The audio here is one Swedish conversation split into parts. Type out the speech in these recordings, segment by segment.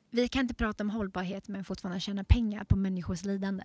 vi kan inte prata om hållbarhet men fortfarande tjäna pengar på människors lidande.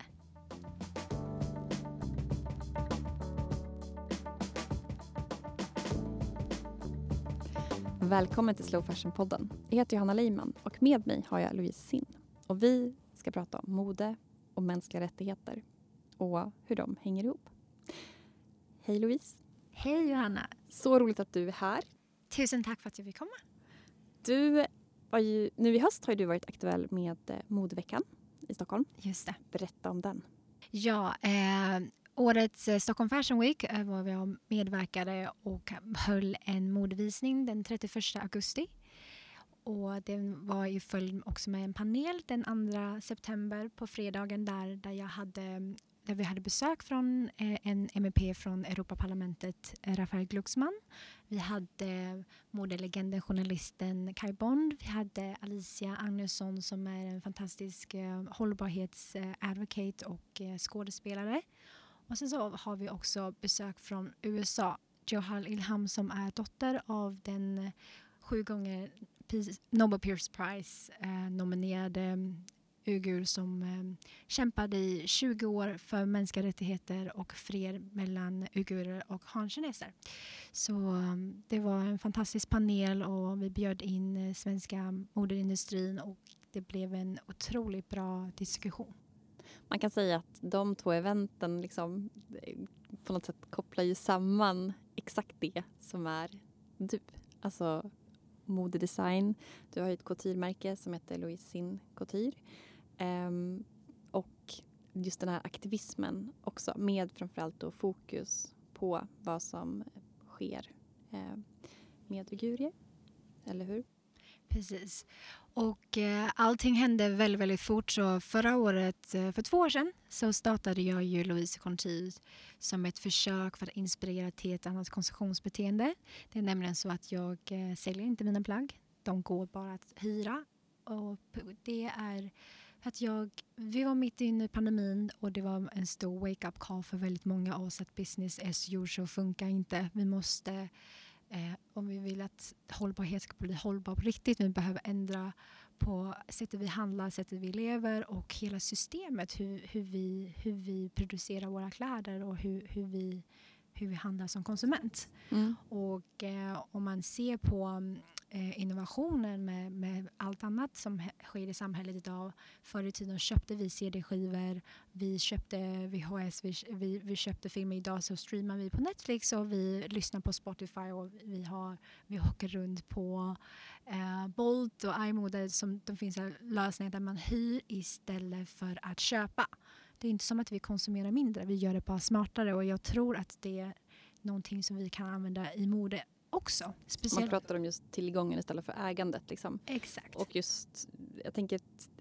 Välkommen till Slow Fashion-podden. Jag heter Johanna Leiman och med mig har jag Louise Sinn. Och vi ska prata om mode och mänskliga rättigheter och hur de hänger ihop. Hej Louise. Hej Johanna. Så roligt att du är här. Tusen tack för att jag fick komma. Du var ju, nu i höst har ju du varit aktuell med modeveckan i Stockholm. Just det. Berätta om den. Ja, årets Stockholm Fashion Week var jag medverkade och höll en modevisning den 31 augusti. Och den var ju följd också med en panel den 2 september på fredagen där vi hade besök från en MEP från Europaparlamentet, Rafael Glucksmann. Vi hade modelegenden, journalisten Kai Bond. Vi hade Alicia Agnesson som är en fantastisk hållbarhetsadvocate och skådespelare. Och sen så har vi också besök från USA. Johal Ilham som är dotter av den 7 gånger Nobel Peace Prize nominerade uigur som kämpade i 20 år för mänskliga rättigheter och fred mellan uigurer och hankineser. Så det var en fantastisk panel och vi bjöd in svenska modeindustrin och det blev en otroligt bra diskussion. Man kan säga att de 2 eventen liksom, på något sätt kopplar ju samman exakt det som är du. Alltså modedesign. Du har ju ett couture-märke som heter Louise Sinn Couture. Och just den här aktivismen också med framförallt då fokus på vad som sker med uigurer. Eller hur? Precis. Och allting hände väldigt, väldigt fort. Så förra året, för 2 år sedan, så startade jag ju Louise Couture som ett försök för att inspirera till ett annat konsumtionsbeteende. Det är nämligen så att jag säljer inte mina plagg. De går bara att hyra. Och det är för att vi var mitt inne i pandemin och det var en stor wake-up call för väldigt många av oss att business as usual funkar inte. Vi måste, om vi vill att hållbarhet ska bli hållbar på riktigt, vi behöver ändra på sättet vi handlar, sättet vi lever och hela systemet, hur vi producerar våra kläder och hur vi handlar som konsument. Och om man ser på innovationen med allt annat som sker i samhället idag. Förr i tiden köpte vi CD-skivor, vi köpte VHS, vi köpte filmer. Idag så streamar vi på Netflix och vi lyssnar på Spotify och vi åker runt på Bolt och iMode som de finns lösningar där man hyr istället för att köpa. Det är inte som att vi konsumerar mindre, vi gör det bara smartare och jag tror att det är någonting som vi kan använda i mode också. Man pratar om just tillgången istället för ägandet. Liksom. Exakt. Och jag tänker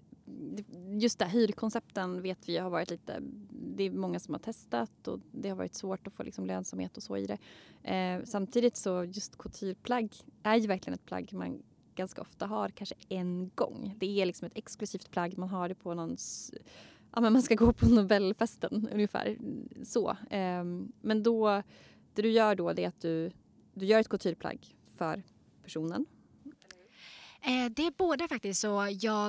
just det här hyrkoncepten vet vi har varit lite, det är många som har testat och det har varit svårt att få liksom lönsamhet och så i det. Samtidigt så just coutureplagg är ju verkligen ett plagg man ganska ofta har kanske en gång. Det är liksom ett exklusivt plagg, man har det på någons, ja men man ska gå på Nobelfesten ungefär så. Men då, det du gör då det är att du gör ett coutureplagg för personen. Det är båda faktiskt. Så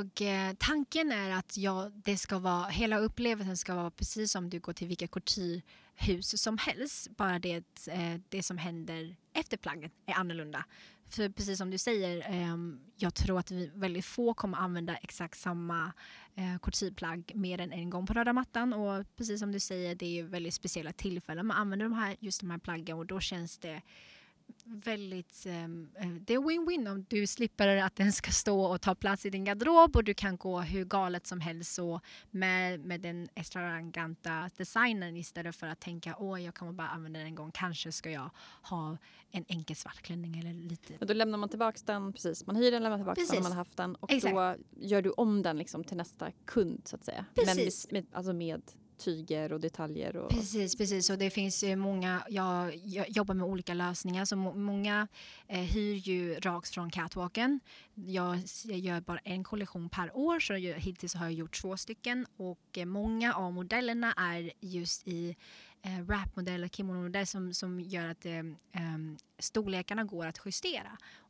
tanken är att det ska vara, hela upplevelsen ska vara precis som du går till vilka couturehus som helst. Bara det som händer efter plagget är annorlunda. För precis som du säger, jag tror att vi väldigt få kommer använda exakt samma coutureplagg mer än en gång på röda mattan. Och precis som du säger, det är väldigt speciella tillfällen. Man använder just de här plaggen och då känns det väldigt, det är win-win om du slipper att den ska stå och ta plats i din garderob och du kan gå hur galet som helst så med den extravaganta designen istället för att tänka jag kan bara använda den en gång, kanske ska jag ha en enkel svart klänning eller lite. Men då lämnar man tillbaka den, precis, man hyr den, lämnar tillbaka den när man har haft den och exakt. Då gör du om den liksom till nästa kund så att säga. Precis. Men med tyger och detaljer. Och Precis. Och det finns många, jag jobbar med olika lösningar. Så många hyr ju rakt från catwalken. Jag gör bara en kollektion per år, så hittills har jag gjort 2 stycken. Och många av modellerna är just i wrapmodeller, kimonomodeller som gör att storlekarna går att justera.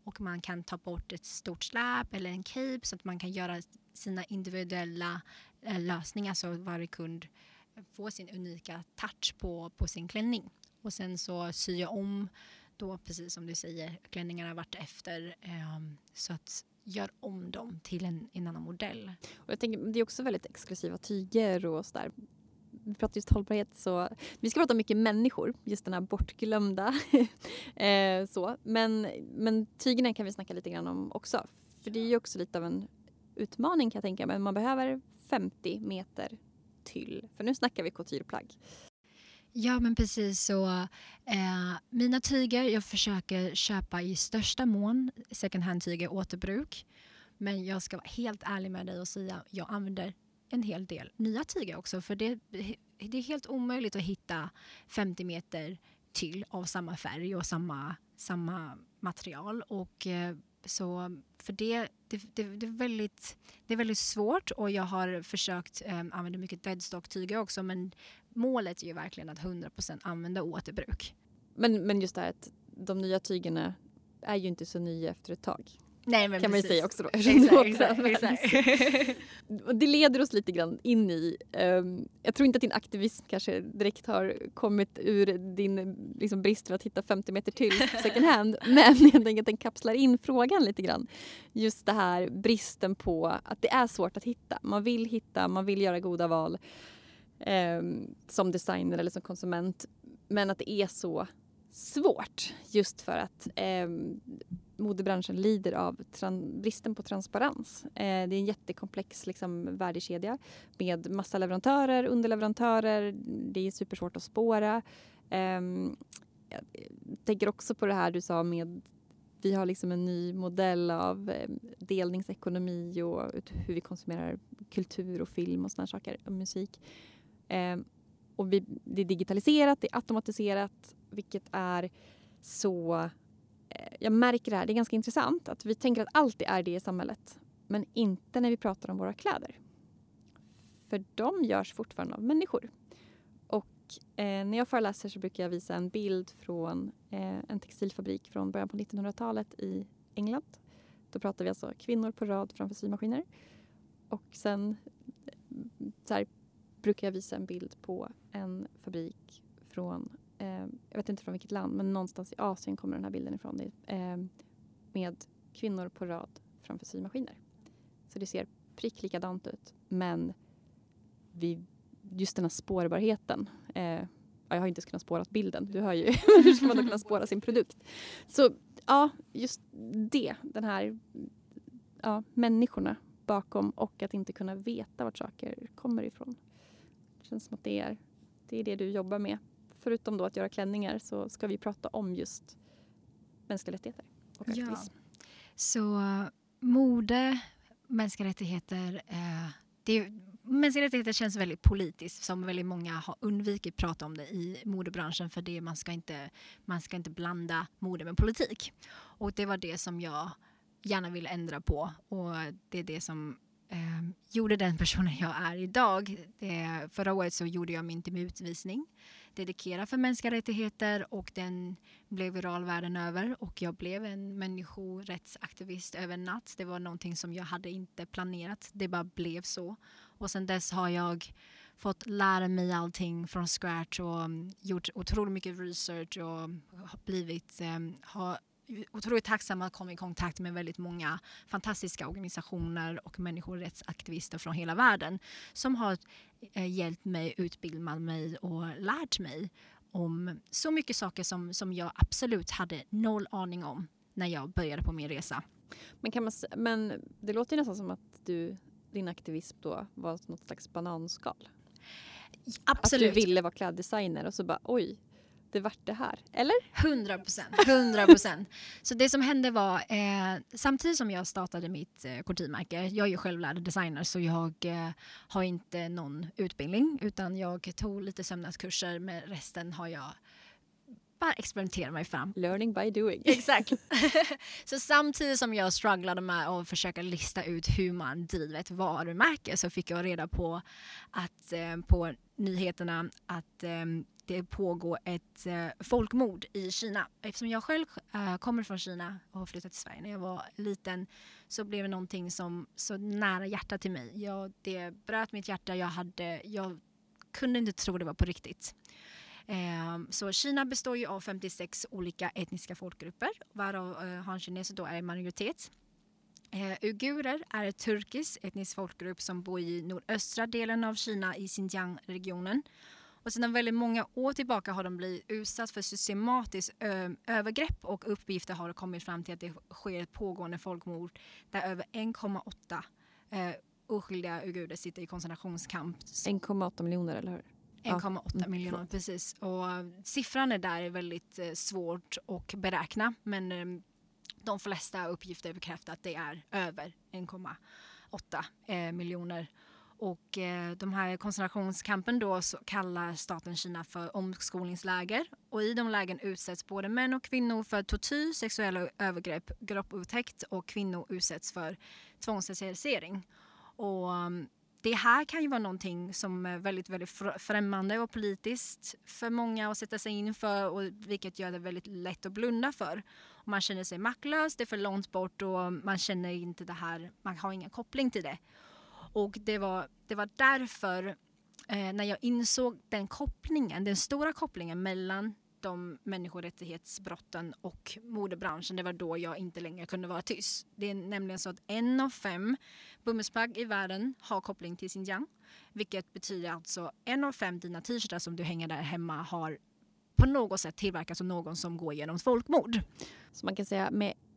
och man kan ta bort ett stort släp eller en cape så att man kan göra sina individuella lösningar så att varje kund får sin unika touch på sin klänning. Och sen så syr jag om då, precis som du säger, klänningarna vart efter så att gör om dem till en annan modell. Och jag tänker, det är också väldigt exklusiva tyger och sådär. Vi pratar just hållbarhet, så vi ska prata mycket människor, just den här bortglömda. Så. Men tygerna kan vi snacka lite grann om också. För det är ju också lite av en utmaning kan jag tänka. Men man behöver 50 meter tyll. För nu snackar vi coutureplagg. Ja, men precis så. Mina tyger, jag försöker köpa i största mån second hand-tyger återbruk. Men jag ska vara helt ärlig med dig och säga att jag använder en hel del nya tyger också. För det är helt omöjligt att hitta 50 meter tyll av samma färg och samma material. Och så för det är väldigt svårt, och jag har försökt använda mycket deadstock-tyger också, men målet är ju verkligen att 100% använda återbruk. Men just det här att de nya tygerna är ju inte så nya efter ett tag. Nej, men kan precis. man ju säga också då. Exakt. Det leder oss lite grann in i, jag tror inte att din aktivism kanske direkt har kommit ur din liksom, brist för att hitta 50 meter till second hand, men jag tänker att den kapslar in frågan lite grann. Just det här bristen på att det är svårt att hitta. Man vill göra goda val som designer eller som konsument, men att det är så svårt just för att modebranschen lider av bristen på transparens. Det är en jättekomplex liksom, värdekedja med massa leverantörer, underleverantörer. Det är supersvårt att spåra. Jag tänker också på det här du sa med vi har liksom en ny modell av delningsekonomi och hur vi konsumerar kultur och film och sådana saker och musik. Och det är digitaliserat, det är automatiserat, vilket är så... Jag märker det här, det är ganska intressant att vi tänker att allt är det i samhället. Men inte när vi pratar om våra kläder. För de görs fortfarande av människor. Och när jag föreläser så brukar jag visa en bild från en textilfabrik från början på 1900-talet i England. Då pratar vi alltså kvinnor på rad framför symaskiner. Och sen så här, brukar jag visa en bild på en fabrik från, jag vet inte från vilket land, men någonstans i Asien kommer den här bilden ifrån. Med kvinnor på rad framför symaskiner. Så det ser prick likadant ut. Men just den här spårbarheten. Jag har inte ens kunnat spåra bilden. Du hör ju. Hur ska man då kunna spåra sin produkt? Så ja, just det. Den här människorna bakom och att inte kunna veta vart saker kommer ifrån. Det känns som att det är det du jobbar med. Förutom då att göra klänningar så ska vi prata om just mänskliga rättigheter och aktivism. Ja. Så mode, mänskliga rättigheter, mänskliga rättigheter känns väldigt politiskt, som väldigt många har undvikit prata om det i modebranschen, för det man ska inte blanda mode med politik. Och det var det som jag gärna ville ändra på, och det är det som gjorde den personen jag är idag. Förra året så gjorde jag min utvisning dedikerad för mänskliga rättigheter, och den blev viral världen över, och jag blev en människorättsaktivist över natt. Det var någonting som jag hade inte planerat, det bara blev så. Och sen dess har jag fått lära mig allting från scratch och gjort otroligt mycket research och blivit otroligt tacksam att komma i kontakt med väldigt många fantastiska organisationer och människorättsaktivister från hela världen som har hjälpt mig, utbildat mig och lärt mig om så mycket saker som jag absolut hade noll aning om när jag började på min resa. Men det låter ju nästan som att din aktivism då var något slags bananskal. Absolut. Att du ville vara kläddesigner och så bara oj, det vart det här, eller? 100%. Så det som hände var, samtidigt som jag startade mitt couturemärke, jag är ju självlärd designer, så jag har inte någon utbildning, utan jag tog lite sömnadskurser, men resten har jag bara experimenterat mig fram. Learning by doing. Exakt. Så samtidigt som jag strugglade med att försöka lista ut hur man driver ett varumärke, så fick jag reda på att på nyheterna att det pågår ett folkmord i Kina. Eftersom jag själv kommer från Kina och har flyttat till Sverige när jag var liten, så blev det någonting som så nära hjärtat till mig. Det bröt mitt hjärta. Jag kunde inte tro det var på riktigt. Så Kina består ju av 56 olika etniska folkgrupper, varav hankineser då är en majoritet. Uigurer är ett turkiskt etnisk folkgrupp som bor i nordöstra delen av Kina i Xinjiang-regionen. Och sedan väldigt många år tillbaka har de blivit utsatt för systematiskt övergrepp, och uppgifter har kommit fram till att det sker ett pågående folkmord där över 1,8 oskyldiga uigurer sitter i koncentrationskamp. 1,8 miljoner, eller hur? 1,8 miljoner, precis. Och siffran är där väldigt svårt att beräkna, men de flesta uppgifter bekräftar att det är över 1,8 miljoner. Och de här koncentrationskampen då så kallar staten Kina för omskolningsläger. Och i de lägen utsätts både män och kvinnor för tortyr, sexuella övergrepp, gruppupptäckt, och kvinnor utsätts för tvångssterilisering. Och det här kan ju vara någonting som är väldigt, väldigt främmande och politiskt för många att sätta sig in för, och vilket gör det väldigt lätt att blunda för. Och man känner sig maktlös, det är för långt bort och man känner inte det här, man har ingen koppling till det. Och det var därför när jag insåg den stora kopplingen mellan de människorättighetsbrotten och modebranschen, det var då jag inte längre kunde vara tyst. Det är nämligen så att 1 av 5 bomullsplagg i världen har koppling till Xinjiang, vilket betyder alltså 1 av 5 dina t-shirtar som du hänger där hemma har på något sätt tillverkats av någon som går igenom folkmord. Så man kan säga,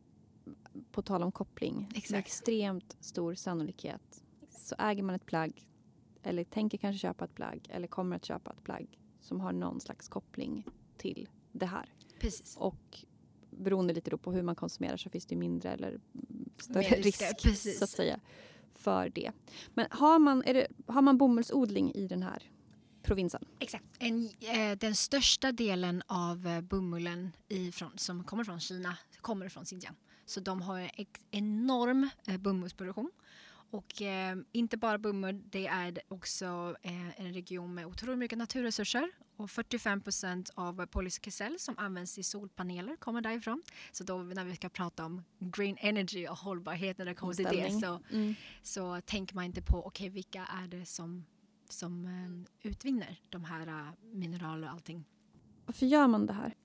på tal om koppling, med extremt stor sannolikhet så äger man ett plagg, eller tänker kanske köpa ett plagg, eller kommer att köpa ett plagg som har någon slags koppling till det här. Precis. Och beroende lite då på hur man konsumerar så finns det mindre eller större risk så att säga för det. Men har man bomullsodling i den här provinsen? Exakt. Den största delen av bomullen som kommer från Kina kommer från Xinjiang. Så de har en enorm bomullsproduktion. Och inte bara bomull, det är också en region med otroligt mycket naturresurser. Och 45% av polyskersell som används i solpaneler kommer därifrån. Så då när vi ska prata om green energy och hållbarhet när det kommer till det så tänker man inte på vilka är det som utvinner de här mineraler och allting. Varför gör man det här?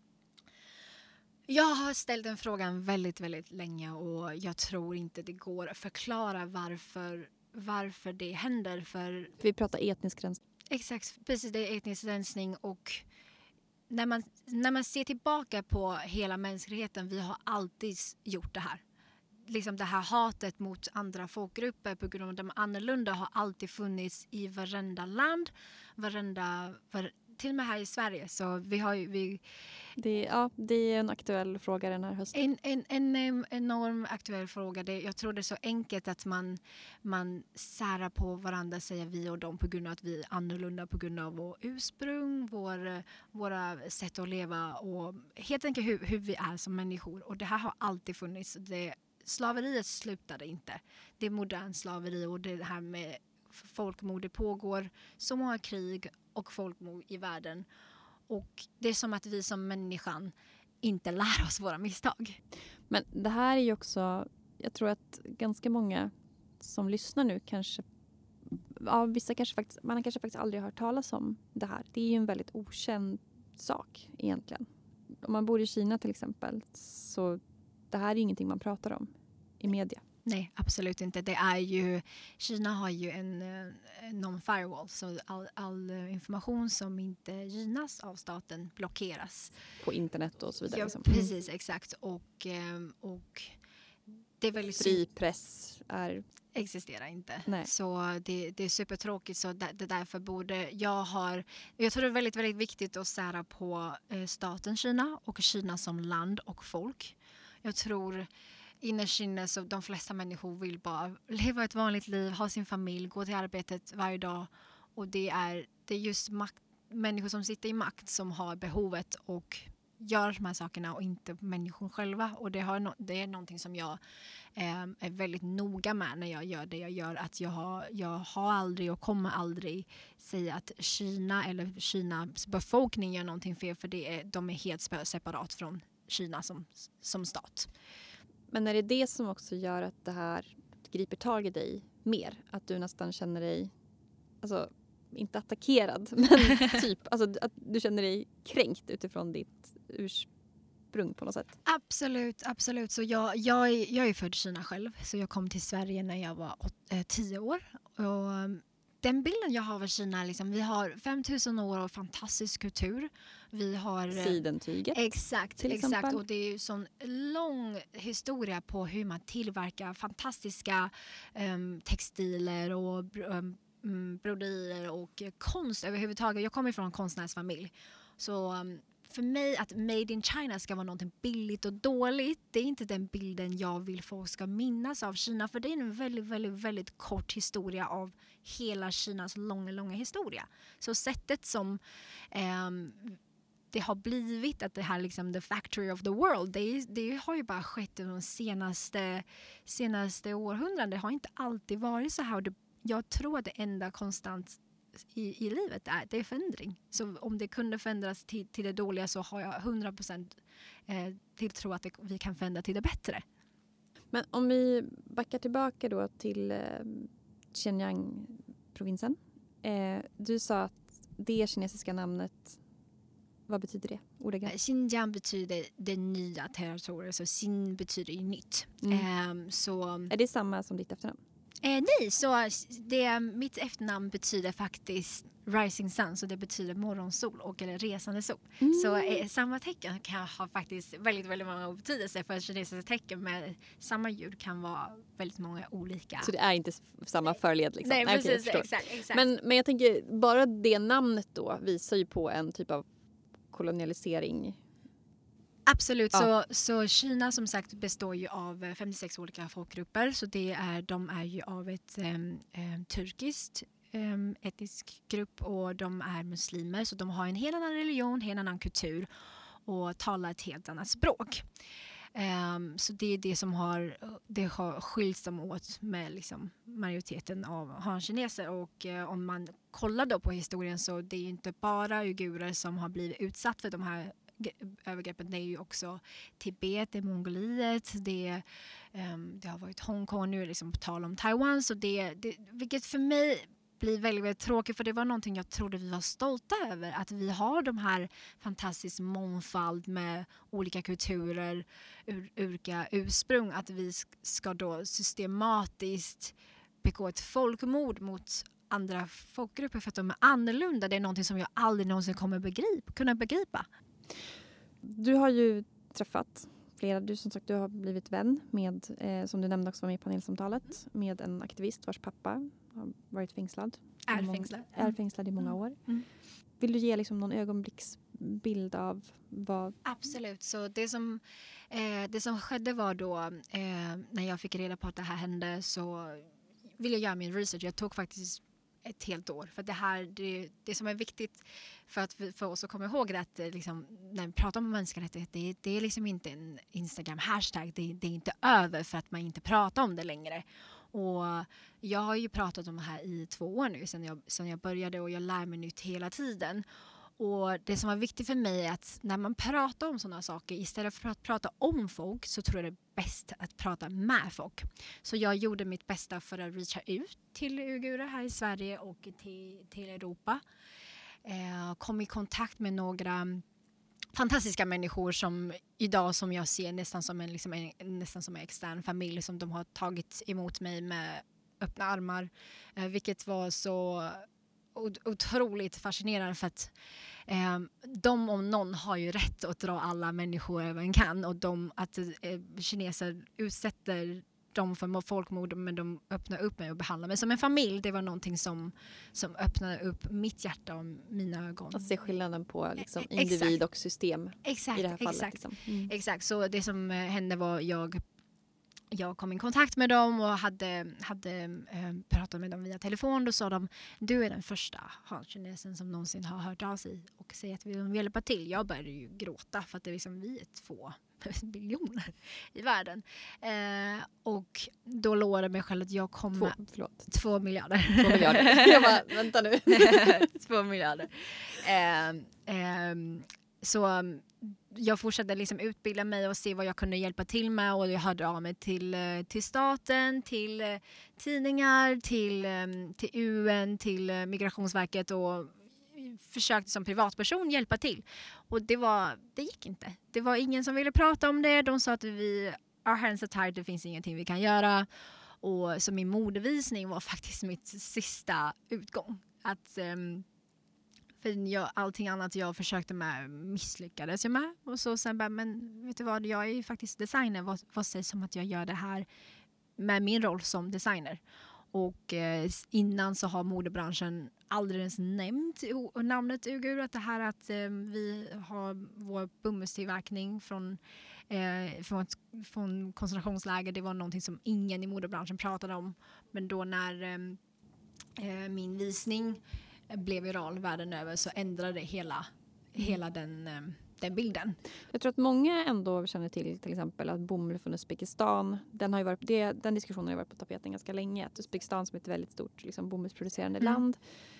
Jag har ställt den frågan väldigt, väldigt länge och jag tror inte det går att förklara varför det händer. För vi pratar etnisk rensning. Exakt, precis, det är etnisk rensning, och när man ser tillbaka på hela mänskligheten, vi har alltid gjort det här. Liksom det här hatet mot andra folkgrupper på grund av att de annorlunda har alltid funnits i varenda land, till och med här i Sverige. Så det är en aktuell fråga den här hösten. En enorm aktuell fråga. Jag tror det är så enkelt att man särar på varandra, säger vi och dem, på grund av att vi är annorlunda, på grund av vår ursprung, våra sätt att leva och helt enkelt hur vi är som människor. Och det här har alltid funnits. Slaveriet slutade inte. Det är modern slaveri, och det här med folkmord, det pågår så många krig och folkmord i världen. Och det är som att vi som människan inte lär oss våra misstag. Men det här är ju också, jag tror att ganska många som lyssnar nu kanske, vissa kanske faktiskt, man har kanske faktiskt aldrig hört talas om det här. Det är ju en väldigt okänd sak egentligen. Om man bor i Kina till exempel, så det här är ingenting man pratar om i media. Nej, absolut inte. Kina har ju en non-firewall, så all information som inte gynnas av staten blockeras. På internet och så vidare. Ja, liksom. Precis, exakt. Och det är väldigt fri press existerar inte. Nej. Så det är supertråkigt, så det därför borde jag tror det är väldigt, väldigt viktigt att sära på staten Kina och Kina som land och folk. Jag tror inne i Kina så de flesta människor vill bara leva ett vanligt liv, ha sin familj, gå till arbetet varje dag. Och det är just människor som sitter i makt som har behovet och gör de här sakerna och inte människor själva. Och det är någonting som jag är väldigt noga med när jag gör det jag gör. Att jag har aldrig och kommer aldrig säga att Kina eller Kinas befolkning gör någonting fel, för de är helt separat från Kina som stat. Men är det det som också gör att det här griper tag i dig mer? Att du nästan känner dig, alltså inte attackerad, men typ alltså, att du känner dig kränkt utifrån ditt ursprung på något sätt? Absolut. Så jag är född i Kina själv. Så jag kom till Sverige när jag var 10 år. Och den bilden jag har av Kina, liksom, vi har 5000 år av fantastisk kultur. Vi har Sidentyget. Exakt. Och det är ju sån lång historia på hur man tillverkar fantastiska textiler och broderier och konst överhuvudtaget. Jag kommer från en konstnärsfamilj. Så för mig att Made in China ska vara något billigt och dåligt, det är inte den bilden jag vill folk ska minnas av Kina. För det är en väldigt, väldigt, väldigt kort historia av hela Kinas långa historia. Så sättet som det har blivit att det här liksom the factory of the world, det har ju bara skett de senaste århundraden. Det har inte alltid varit så här. Jag tror att det enda konstant i livet det är förändring. Så om det kunde förändras till det dåliga, så har jag 100% tilltro att vi kan förändra till det bättre. Men om vi backar tillbaka då till Xinjiang-provinsen. Du sa att det kinesiska namnet, vad betyder det? Ordagrant? Xinjiang betyder det nya territoriet, så Xin betyder ju nytt. Så är det samma som ditt efternamn? Nej, så mitt efternamn betyder faktiskt rising sun, så det betyder morgonsol eller resande sol. Så samma tecken kan ha faktiskt väldigt, väldigt många betydelser, för kinesiska tecken med samma ljud kan vara väldigt många olika. Så det är inte samma förled liksom? Nej, precis, okay, exakt. Men jag tänker, bara det namnet då visar ju på en typ av kolonialisering. Absolut, ja. Så Kina som sagt består ju av 56 olika folkgrupper. Så de är ju av ett turkiskt etnisk grupp, och de är muslimer. Så de har en helt annan religion, en helt annan kultur och talar ett helt annat språk. Så det är det som har skilts dem åt med liksom majoriteten av han-kineser. Och om man kollar då på historien, så det är ju inte bara uigurer som har blivit utsatt för de här övergreppen. Det är ju också Tibet, det är Mongoliet, det har varit Hongkong, nu är det liksom på tal om Taiwan. Så vilket för mig blir väldigt, väldigt tråkigt, för det var någonting jag trodde vi var stolta över, att vi har de här fantastisk mångfald med olika kulturer, olika ursprung, att vi ska då systematiskt begå ett folkmord mot andra folkgrupper för att de är annorlunda. Det är någonting som jag aldrig någonsin kommer kunna begripa. Du har ju träffat flera, du har blivit vän med, som du nämnde också var med i panelsamtalet, med en aktivist vars pappa har varit fängslad. Är fängslad i många år. Vill du ge liksom någon ögonblicksbild av vad... Absolut, så det som skedde var då när jag fick reda på att det här hände, så ville jag göra min research. Jag tog faktiskt ett helt år. För det som är viktigt för oss att komma ihåg är att liksom, när vi pratar om mänskliga rättigheter, det är liksom inte en Instagram-hashtag. Det är inte över för att man inte pratar om det längre. Och jag har ju pratat om det här i 2 år nu sedan jag började, och jag lär mig nytt hela tiden. Och det som var viktigt för mig är att när man pratar om sådana saker, istället för att prata om folk, så tror jag det är bäst att prata med folk. Så jag gjorde mitt bästa för att reacha ut till uigurer här i Sverige och till Europa. Kom i kontakt med några fantastiska människor som idag, som jag ser nästan som en extern familj, som de har tagit emot mig med öppna armar. Vilket var så otroligt fascinerande, för att de om någon har ju rätt att dra alla människor över en kan, och att kineser utsätter dem för folkmord, men de öppnar upp mig och behandlar mig som en familj. Det var någonting som öppnade upp mitt hjärta och mina ögon. Att se skillnaden på liksom individ och system i det här fallet. Exakt. Så det som hände var, jag kom i kontakt med dem och hade pratat med dem via telefon. Då sa de, du är den första hankinesen som någonsin har hört av sig och säger att vi vill hjälpa till. Jag började ju gråta för att det är liksom, vi är 2 miljoner i världen. Och då lovade mig själv att jag kommer... 2 miljarder. 2 miljarder. Jag bara, vänta nu. 2 miljarder. Så jag fortsatte liksom utbilda mig och se vad jag kunde hjälpa till med, och jag hörde av mig till staten, till tidningar, till UN, till Migrationsverket och försökte som privatperson hjälpa till. Och det gick inte. Det var ingen som ville prata om det. De sa att our hands are tied, det finns ingenting vi kan göra. Och så min modevisning var faktiskt mitt sista utgång. För allting annat jag försökte med misslyckades jag med. Och så sen bara, men vet du vad, jag är ju faktiskt designer. Vad sägs om att jag gör det här med min roll som designer? Och innan så har modebranschen aldrig ens nämnt namnet Uyghur. Att det här att vi har vår bomullstillverkning från koncentrationsläger, det var någonting som ingen i modebranschen pratade om. Men då när min visning blev viral världen över så ändrade hela den bilden. Jag tror att många ändå känner till exempel att bomull från Uzbekistan, den diskussionen har ju varit på tapeten ganska länge. Att Uzbekistan som är ett väldigt stort liksom, bomullsproducerande land.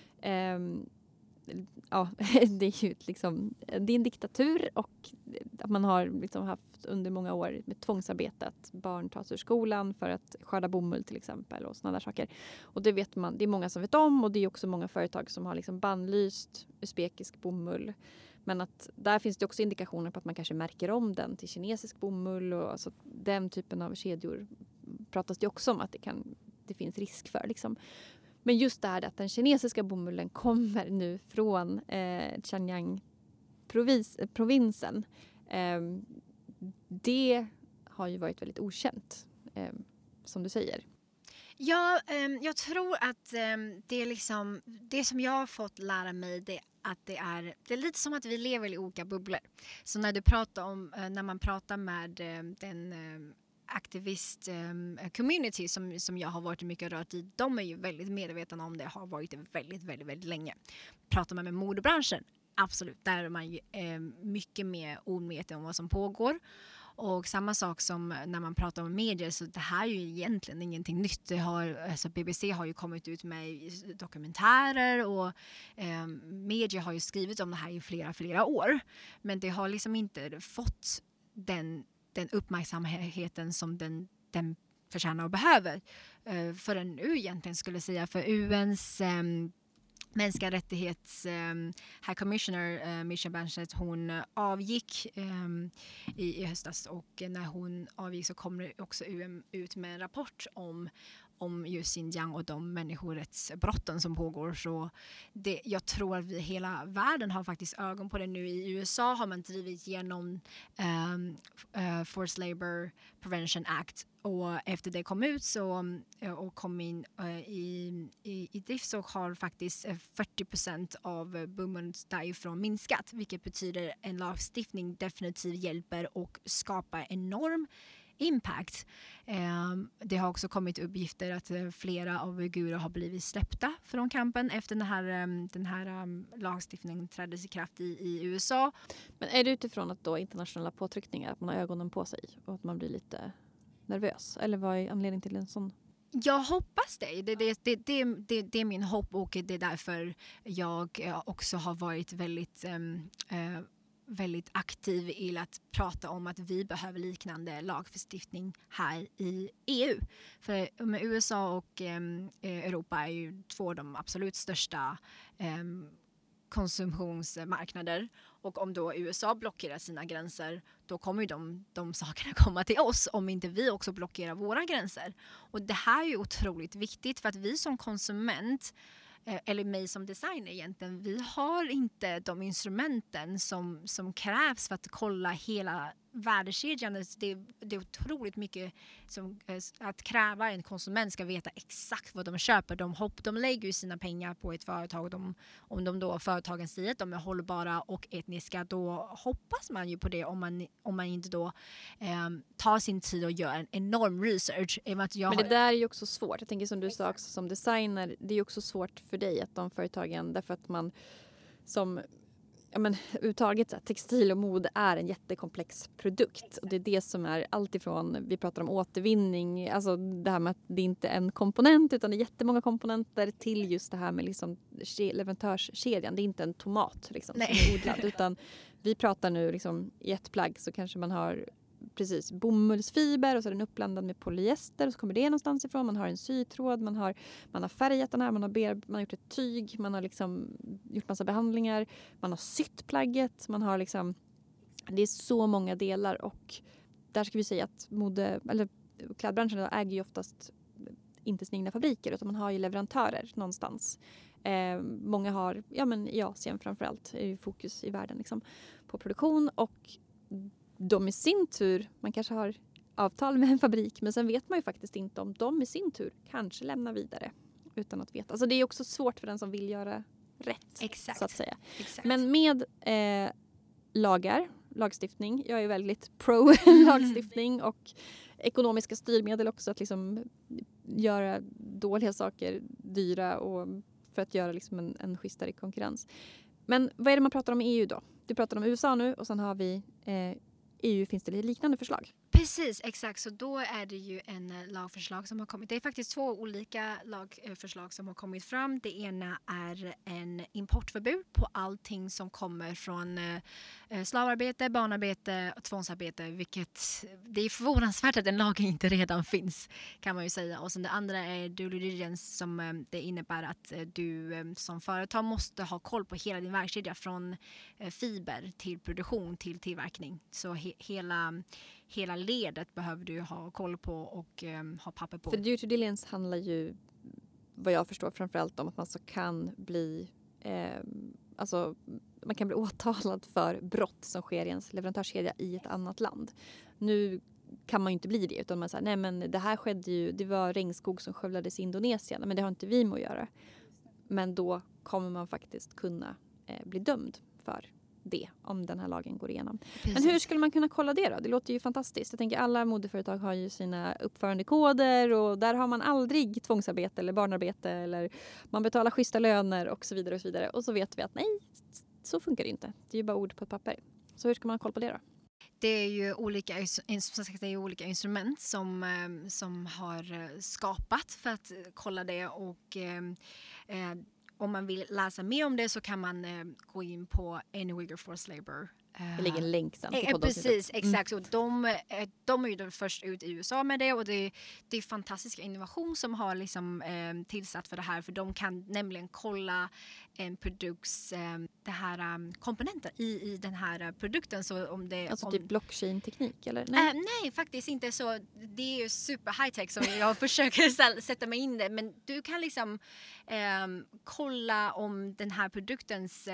Det är ju liksom, det är en diktatur, och att man har liksom haft under många år med tvångsarbete att barn tas ur skolan för att skörda bomull till exempel och sådana där saker. Och det vet man, det är många som vet om, och det är också många företag som har liksom bannlyst uzbekisk bomull. Men att där finns det också indikationer på att man kanske märker om den till kinesisk bomull, och alltså den typen av kedjor pratas det också om att det finns risk för liksom. Men just det här att den kinesiska bomullen kommer nu från Xinjiang-provinsen. Det har ju varit väldigt okänt, som du säger. Ja, jag tror att det är liksom, det som jag har fått lära mig, det är lite som att vi lever i olika bubblor. Så när man pratar med den aktivist community som jag har varit mycket rört i, de är ju väldigt medvetna om det, har varit det väldigt, väldigt, väldigt länge. Pratar man med modebranschen, absolut, där är man ju mycket mer omedveten om vad som pågår. Och samma sak som när man pratar om medier, så det här är ju egentligen ingenting nytt. BBC har ju kommit ut med dokumentärer, och medier har ju skrivit om det här i flera år. Men det har liksom inte fått den uppmärksamheten som den förtjänar och behöver. Förrän nu egentligen skulle jag säga, för UNs mänskliga rättighets High Commissioner Michelle Bachelet, hon avgick i höstas, och när hon avgick så kommer också UN ut med en rapport om just Xinjiang och de människorättsbrotten som pågår. Så jag tror att hela världen har faktiskt ögon på det nu. I USA har man drivit igenom Forced Labor Prevention Act, och efter det kom ut och kom in i drift, så har faktiskt 40% av bomullen därifrån minskat, vilket betyder en lagstiftning definitivt hjälper och skapar enorm impact. Det har också kommit uppgifter att flera av uigurer har blivit släppta från kampen efter den här lagstiftningen trädde i kraft i USA. Men är det utifrån att då internationella påtryckningar, att man har ögonen på sig och att man blir lite nervös? Eller vad är anledningen till en sån? Jag hoppas det. Det är min hopp, och det är därför jag också har varit väldigt aktiv i att prata om att vi behöver liknande lagstiftning här i EU. För med USA och Europa är ju 2 av de absolut största konsumtionsmarknader. Och om då USA blockerar sina gränser, då kommer ju de sakerna komma till oss, om inte vi också blockerar våra gränser. Och det här är ju otroligt viktigt, för att vi som konsument, eller mig som designer egentligen, vi har inte de instrumenten som krävs för att kolla hela värdekedjan, det är otroligt mycket som att kräva en konsument ska veta exakt vad de köper. De lägger ju sina pengar på ett företag. Om de då företagen säger att de är hållbara och etniska, då hoppas man ju på det om man inte då tar sin tid och gör en enorm research. Men det där är ju också svårt. Jag tänker som du sa också som designer, det är ju också svårt för dig att de företagen, därför att man som överhuvudtaget textil och mode är en jättekomplex produkt. Och det är det som är allt ifrån, vi pratar om återvinning, alltså det här med att det inte är en komponent utan det är jättemånga komponenter, till just det här med liksom leverantörskedjan. Det är inte en tomat liksom, som är odlad, utan vi pratar nu liksom, i ett plagg så kanske man har precis bomullsfiber och så är den uppblandad med polyester och så kommer det någonstans ifrån. Man har en sytråd, man har färgat den här, man har gjort ett tyg, man har liksom gjort massa behandlingar, man har sytt plagget, man har liksom, det är så många delar, och där ska vi säga att klädbranschen äger ju oftast inte sina egna fabriker, utan man har ju leverantörer någonstans. Många har, i Asien framförallt är ju fokus i världen liksom, på produktion, och de i sin tur, man kanske har avtal med en fabrik, men sen vet man ju faktiskt inte om de i sin tur kanske lämnar vidare utan att veta. Alltså det är också svårt för den som vill göra rätt. Exakt. Så att säga. Exakt. Men med lagstiftning, jag är väldigt pro-lagstiftning och ekonomiska styrmedel också, att liksom göra dåliga saker dyra och för att göra liksom en schysstare konkurrens. Men vad är det man pratar om i EU då? Du pratar om USA nu och sen har vi EU, finns det liknande förslag? Precis, exakt. Så då är det ju en lagförslag som har kommit. Det är faktiskt 2 olika lagförslag som har kommit fram. Det ena är en importförbud på allting som kommer från slavarbete, barnarbete och tvångsarbete. Vilket det är förvånansvärt att den lagen inte redan finns, kan man ju säga. Och sen det andra är due diligence, som det innebär att du som företag måste ha koll på hela din värdekedja från fiber till produktion till tillverkning. Så hela ledet behöver du ha koll på och ha papper på. För due diligence handlar ju, vad jag förstår, framförallt om att man så kan bli man kan bli åtalad för brott som sker i ens leverantörskedja i ett annat land. Nu kan man ju inte bli det, utan man säger nej, men det här skedde ju, det var regnskog som skövlades i Indonesien, men det har inte vi med att göra. Men då kommer man faktiskt kunna bli dömd för det om den här lagen går igenom. Precis. Men hur skulle man kunna kolla det då? Det låter ju fantastiskt. Jag tänker alla modeföretag har ju sina uppförandekoder och där har man aldrig tvångsarbete eller barnarbete, eller man betalar schyssta löner och så vidare och så vidare. Och så vet vi att nej, så funkar det inte. Det är ju bara ord på ett papper. Så hur ska man kolla på det då? Det är ju olika instrument som har skapat för att kolla det, och om man vill läsa mer om det så kan man gå in på End Uyghur Forced Labor. Det ligger en länk sen. Precis, exakt. Så de är ju först ut i USA med det, och det är fantastiska innovation som har liksom, tillsatt för det här, för de kan nämligen kolla en produkts komponenter i den här produkten. Så om det, alltså typ blockchain-teknik eller? Nej, faktiskt inte så. Det är ju super high-tech som jag försöker sätta mig in det. Men du kan liksom kolla om den här produktens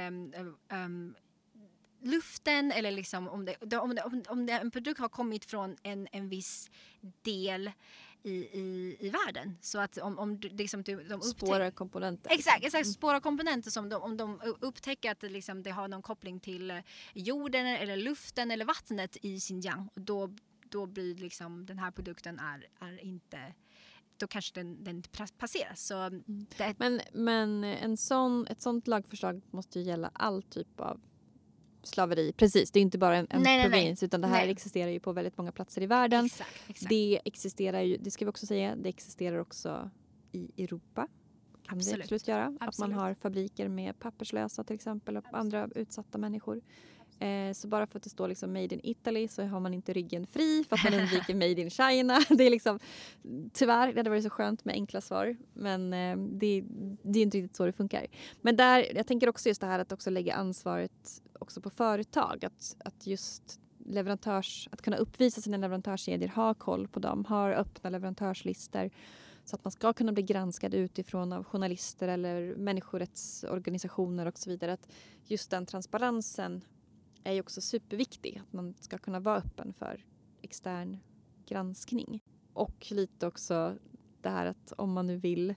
luften, eller liksom om en produkt har kommit från en viss del i världen, så att om liksom de spårar komponenter. Exakt, spårar komponenter som om de upptäcker att liksom det har någon koppling till jorden eller luften eller vattnet i Xinjiang, och då blir liksom den här produkten är inte, då kanske den passeras. Så men ett sånt lagförslag måste ju gälla all typ av slaveri. Precis, det är inte bara en provins, utan det här existerar ju på väldigt många platser i världen. Exakt. Det existerar ju, det ska vi också säga, det existerar också i Europa. Kan det absolut göra. Absolut. Att man har fabriker med papperslösa till exempel och andra utsatta människor. Så bara för att det står liksom Made in Italy så har man inte ryggen fri för att man undviker Made in China. Det är liksom, tyvärr, det hade varit så skönt med enkla svar, men det är inte riktigt så det funkar. Men där, jag tänker också just det här att också lägga ansvaret också på företag, att just att kunna uppvisa sina leverantörskedjor, ha koll på dem, ha öppna leverantörslistor, så att man ska kunna bli granskad utifrån av journalister eller människorättsorganisationer och så vidare. Att just den transparensen är ju också superviktig. Att man ska kunna vara öppen för extern granskning. Och lite också det här att om man nu vill...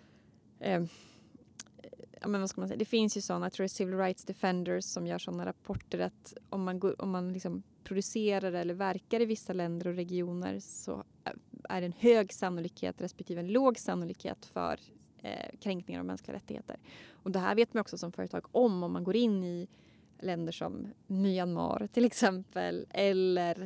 men vad ska man säga? Det finns ju sådana, jag tror det är Civil Rights Defenders som gör sådana rapporter att om man liksom producerar eller verkar i vissa länder och regioner så är det en hög sannolikhet respektive en låg sannolikhet för kränkningar av mänskliga rättigheter. Och det här vet man också som företag om man går in i länder som Myanmar till exempel eller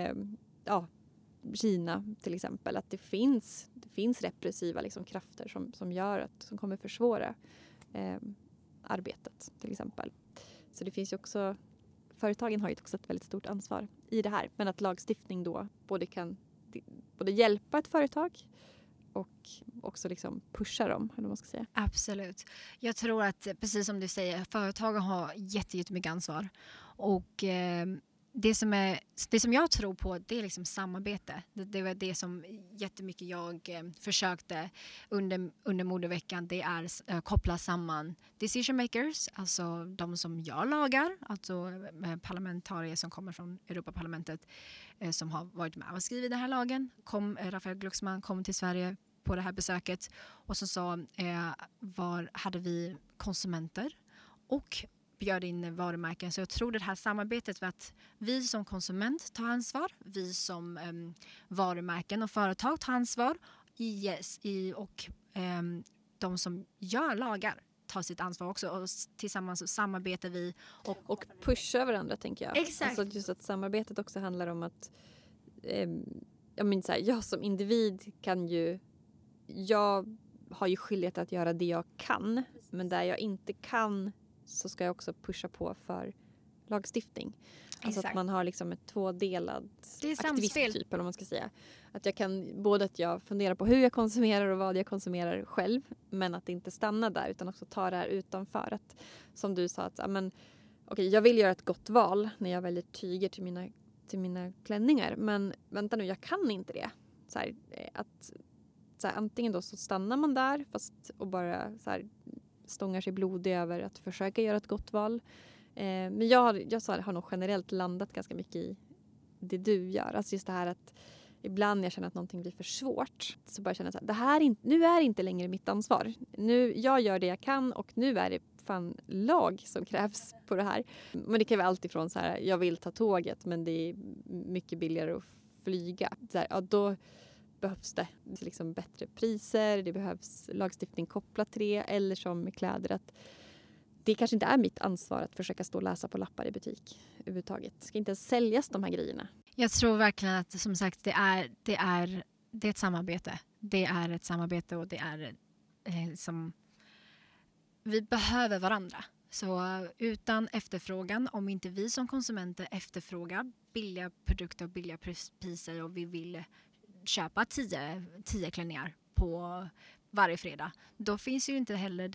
Kina till exempel, att det finns repressiva liksom krafter som gör som kommer försvåra arbetet till exempel. Så det finns ju också, företagen har ju också ett väldigt stort ansvar i det här, men att lagstiftning då kan både hjälpa ett företag och också liksom pusha dem, eller vad man ska säga. Absolut. Jag tror att, precis som du säger, företagen har jättemycket ansvar. Och det som jag tror på, det är liksom samarbete. Det var det som jättemycket jag försökte under modeveckan. Det är koppla samman decision makers, alltså de som gör lagar, alltså parlamentarier som kommer från Europaparlamentet som har varit med och skrivit den här lagen. Rafael Glucksmann kom till Sverige på det här besöket och så hade vi konsumenter och bjöd in varumärken. Så jag tror det här samarbetet med att vi som konsument tar ansvar, vi som varumärken och företag tar ansvar och de som gör lagar tar sitt ansvar också och tillsammans så samarbetar vi. Och pushar varandra, tänker jag. Exakt. Alltså just att samarbetet också handlar om att jag som individ jag har ju skyldighet att göra det jag kan, men där jag inte kan så ska jag också pusha på för lagstiftning. Alltså att man har liksom ett tvådelad aktivisttyp, eller vad man ska säga. Att jag kan både att jag funderar på hur jag konsumerar och vad jag konsumerar själv, men att inte stanna där utan också ta det här utanför. Att, som du sa, att jag vill göra ett gott val när jag väljer tyger till mina klänningar, men vänta nu, jag kan inte det. Antingen då så stannar man där och bara stångar sig blodig över att försöka göra ett gott val. Men jag har nog generellt landat ganska mycket i det du gör. Alltså just det här att ibland jag känner att någonting blir för svårt, så bara känner jag så nu är inte längre mitt ansvar. Jag gör det jag kan och nu är det fan lag som krävs på det här. Men det kan vara allt ifrån jag vill ta tåget men det är mycket billigare att flyga. Då behövs det liksom bättre priser, det behövs lagstiftning kopplat till det, eller som med kläder att det kanske inte är mitt ansvar att försöka stå och läsa på lappar i butik överhuvudtaget. Det ska inte ens säljas de här grejerna. Jag tror verkligen att, som sagt, det är ett samarbete. Det är ett samarbete och det är vi behöver varandra. Så utan efterfrågan, om inte vi som konsumenter efterfrågar billiga produkter och billiga priser och vi vill köpa 10 klänningar på varje fredag, då finns ju inte heller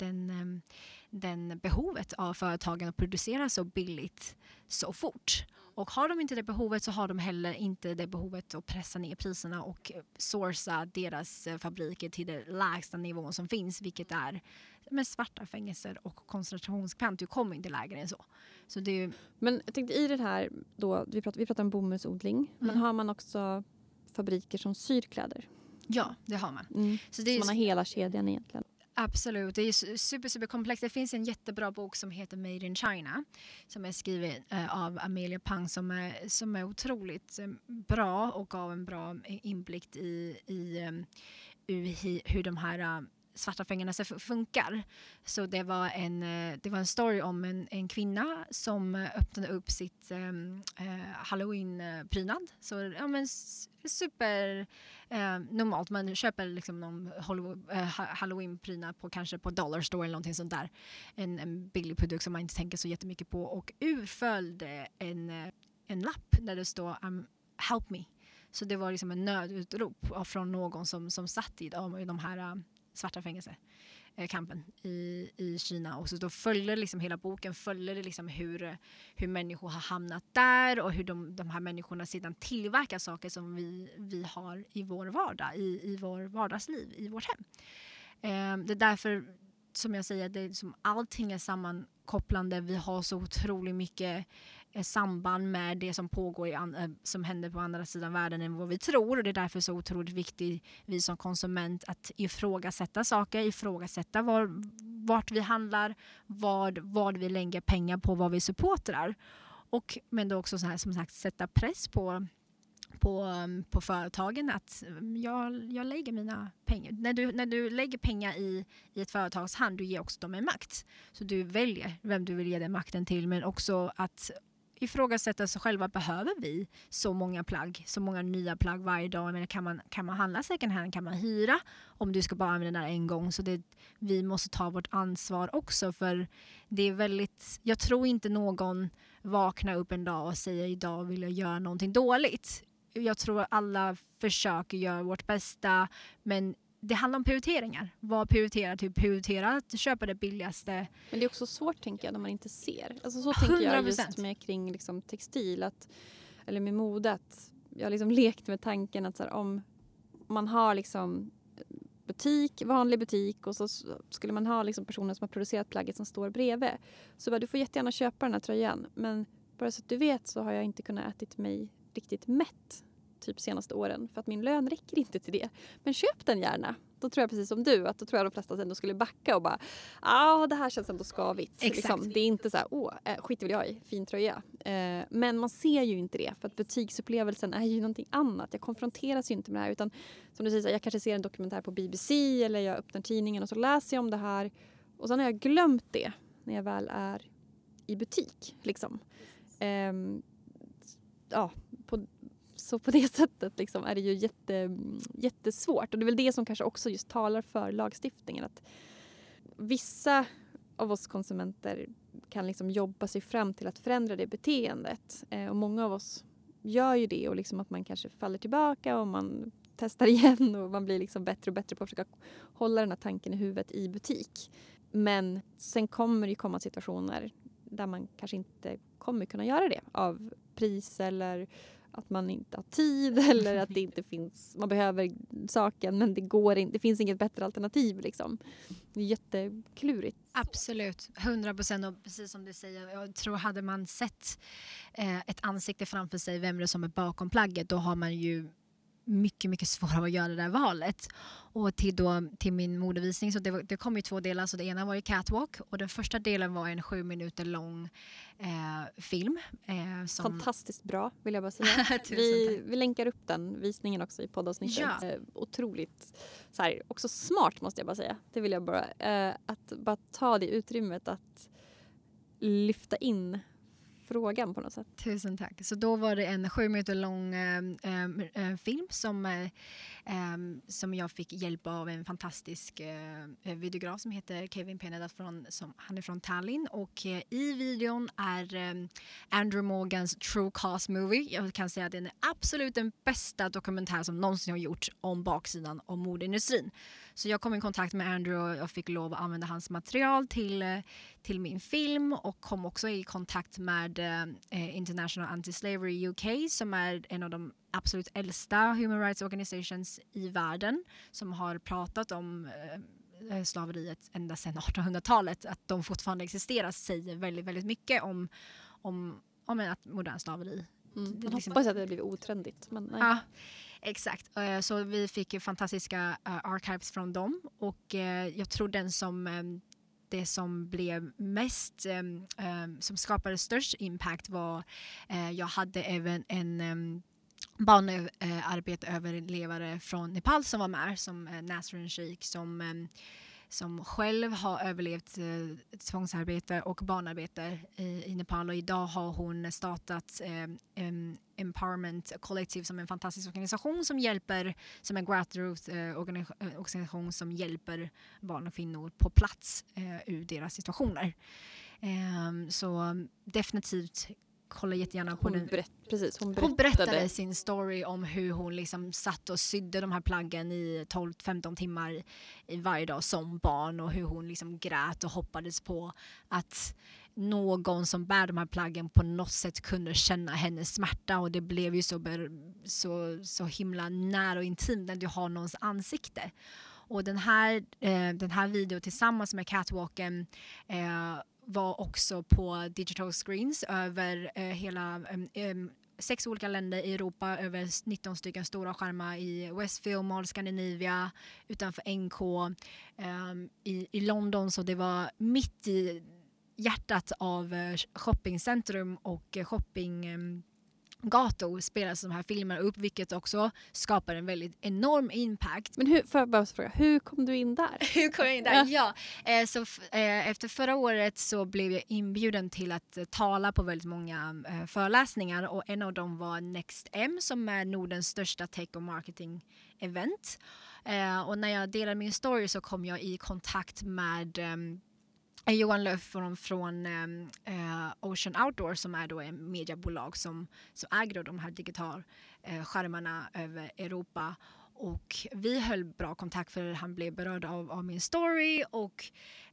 den behovet av företagen att producera så billigt så fort. Och har de inte det behovet så har de heller inte det behovet att pressa ner priserna och sourca deras fabriker till den lägsta nivån som finns, vilket är med svarta fängelser och koncentrationskamp. Du kommer inte lägre än så. Men jag tänkte i det här då, vi pratar om bomullsodling, men har man också fabriker som syr kläder? Ja, det har man. Så man har hela kedjan egentligen. Absolut, det är super komplext. Det finns en jättebra bok som heter Made in China som är skriven av Amelia Pang som är otroligt bra och gav en bra inblick i hur de här svarta fängelser funkar. Så det var en story om en kvinna som öppnade upp sitt Halloween-prydnad. Så super normalt. Man köper liksom någon Halloween-prydnad kanske på Dollar Store eller någonting sånt där. En billig produkt som man inte tänker så jättemycket på. Och urföljde en lapp där det står help me. Så det var liksom en nödutrop från någon som satt i de här svarta fängelsekampen i Kina. Och så då följer liksom hela boken liksom hur människor har hamnat där och hur de här människorna sedan tillverkar saker som vi har i vår vardag, i vår vardagsliv, i vårt hem. Det är därför som jag säger, allting är sammankoppat sammankopplande. Vi har så otroligt mycket samband med det som pågår som händer på andra sidan världen än vad vi tror. Och det är därför så otroligt viktigt, vi som konsument, att ifrågasätta saker, ifrågasätta vart vi handlar, vad vi lägger pengar på, vad vi supportrar. Men då också så här, som sagt, sätta press på företagen att jag lägger mina pengar. När du lägger pengar i ett företags hand, du ger också dem en makt. Så du väljer vem du vill ge den makten till, men också att ifrågasätta sig själva. Behöver vi så många plagg, så många nya plagg varje dag? Men kan man handla second hand? Kan man hyra om du ska bara använda den en gång? Så vi måste ta vårt ansvar också, för det är väldigt, jag tror inte någon vaknar upp en dag och säger idag vill jag göra någonting dåligt. Jag tror alla försöker göra vårt bästa, men det handlar om prioriteringar. Vad prioriterar du? Prioritera att köpa det billigaste. Men det är också svårt, tänker jag, när man inte ser. Alltså så tänker 100%. Jag just med kring liksom textil eller med mode, att jag har liksom lekt med tanken att så här, om man har liksom vanlig butik, och så skulle man ha liksom personer som har producerat plagget som står bredvid. Så bara, du får jättegärna köpa den här tröjan, men bara så att du vet så har jag inte kunnat ätit mig riktigt mätt typ senaste åren, för att min lön räcker inte till det. Men köp den gärna. Då tror jag precis som du, att då tror jag de flesta ändå skulle backa och bara, det här känns ändå skavigt. Liksom, det är inte så här, skit vill jag i, fin tröja. Men man ser ju inte det, för att butiksupplevelsen är ju någonting annat. Jag konfronteras ju inte med det här, utan som du säger, så här, jag kanske ser en dokumentär på BBC eller jag öppnar tidningen och så läser jag om det här, och sen har jag glömt det när jag väl är i butik. Liksom. Så på det sättet liksom är det ju jättesvårt. Och det är väl det som kanske också just talar för lagstiftningen. Att vissa av oss konsumenter kan liksom jobba sig fram till att förändra det beteendet. Och många av oss gör ju det. Och liksom att man kanske faller tillbaka och man testar igen. Och man blir liksom bättre och bättre på att försöka hålla den här tanken i huvudet i butik. Men sen kommer det komma situationer där man kanske inte kommer kunna göra det. Av pris eller att man inte har tid, eller att det inte finns, man behöver saken men det finns inget bättre alternativ liksom. Det är jätteklurigt. Absolut, 100%, och precis som du säger, jag tror hade man sett ett ansikte framför sig, vem det är som är bakom plagget, då har man ju mycket, mycket svårare att göra det där valet. Och till min modevisning, så det kom ju 2 delar. Så det ena var ju catwalk, och den första delen var en 7 minuter lång film. Fantastiskt bra, vill jag bara säga. vi länkar upp den visningen också i poddavsnittet. Ja. Otroligt så här, också smart, måste jag bara säga. Det vill jag bara, att bara ta det utrymmet att lyfta in frågan på något sätt. Tusen tack. Så då var det en 7 minuter lång film som jag fick hjälp av en fantastisk videograf som heter Kevin Peneda, han är från Tallinn, och i videon är Andrew Morgans True Cost Movie. Jag kan säga att den är absolut den bästa dokumentär som någonsin har gjorts om baksidan av modeindustrin. Så jag kom i kontakt med Andrew och jag fick lov att använda hans material till min film, och kom också i kontakt med International Anti-Slavery UK, som är en av de absolut äldsta human rights organizations i världen, som har pratat om slaveriet ända sedan 1800-talet. Att de fortfarande existerar säger väldigt, väldigt mycket om att modern slaveri. Jag hoppas att det blir otrendigt. Men nej. Ja, exakt. Så vi fick fantastiska archives från dem, och jag tror det som blev mest, som skapade störst impact var, jag hade även en barnarbetaröverlevare från Nepal som var med, som Nasrin Sheikh, som själv har överlevt tvångsarbete och barnarbete i Nepal, och idag har hon startat Empowerment Collective, som är en fantastisk organisation som en grassroots organisation som hjälper barn och kvinnor på plats ur deras situationer. Så definitivt kolla jättegärna på den. Hon berättade sin story om hur hon liksom satt och sydde de här plaggen i 12-15 timmar i varje dag som barn, och hur hon liksom grät och hoppades på att någon som bär de här plaggen på något sätt kunde känna hennes smärta, och det blev ju så himla nära och intimt när du har någons ansikte. Och den här videon tillsammans med catwalken var också på digital screens över hela 6 olika länder i Europa, över 19 stycken stora skärmar i Westfield Mall, Scandinavia, utanför NK, i London, så det var mitt i hjärtat av shoppingcentrum och shoppinggator spelas de här filmerna upp, vilket också skapar en väldigt enorm impact. Men hur kom du in där? Hur kom jag in där? Ja. Efter förra året så blev jag inbjuden till att tala på väldigt många föreläsningar, och en av dem var Next M, som är Nordens största tech och marketing event. Och när jag delade min story så kom jag i kontakt med Johan Löf från Ocean Outdoor, som är då en mediebolag som äger de här digitalskärmarna över Europa. Och vi höll bra kontakt för han blev berörd av min story, och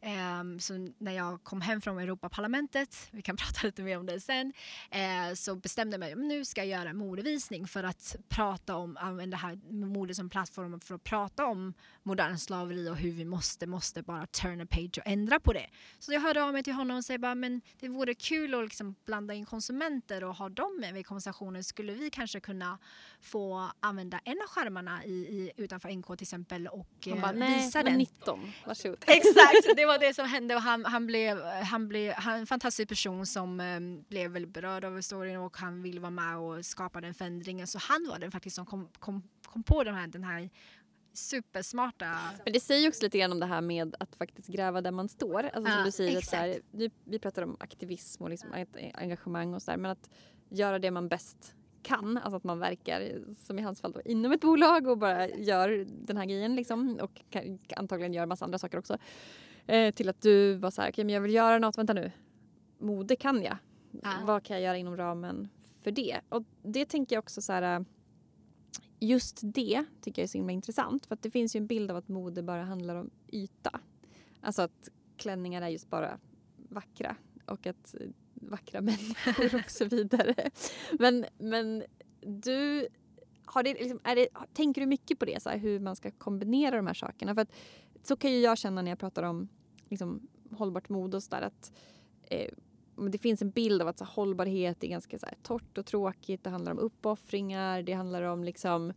så när jag kom hem från Europaparlamentet, vi kan prata lite mer om det sen, så bestämde jag mig att nu ska jag göra en modevisning för att prata om, använda det här mode som plattform för att prata om modern slaveri och hur vi måste bara turn a page och ändra på det. Så jag hörde av mig till honom och sa bara, men det vore kul att liksom blanda in konsumenter och ha dem med i konversationen. Skulle vi kanske kunna få använda en av skärmarna utanför NK till exempel och visa den? 19, varsågod. Exakt, det var det som hände, och han blev en fantastisk person som blev väldigt berörd av historien, och han ville vara med och skapa den förändringen. Så han var den faktiskt som kom på den här supersmarta. Men det säger också lite grann om det här med att faktiskt gräva där man står. Alltså som du säger, att så här, vi pratar om aktivism och liksom engagemang och så där, men att göra det man bäst kan, alltså att man verkar, som i hans fall då, inom ett bolag och bara gör den här grejen liksom, och antagligen gör massa andra saker också, till att du var så här, okej, men jag vill göra något, vänta nu, mode kan jag. Vad kan jag göra inom ramen för det? Och det tänker jag också så här, just det tycker jag är så himla intressant, för att det finns ju en bild av att mode bara handlar om yta. Alltså att klänningar är just bara vackra och att vackra människor och så vidare. Men du har det, liksom, tänker du mycket på det, så här, hur man ska kombinera de här sakerna? För att så kan ju jag känna när jag pratar om liksom, hållbart mode och så där, att det finns en bild av att så här, hållbarhet är ganska så här, torrt och tråkigt. Det handlar om uppoffringar, det handlar om liksom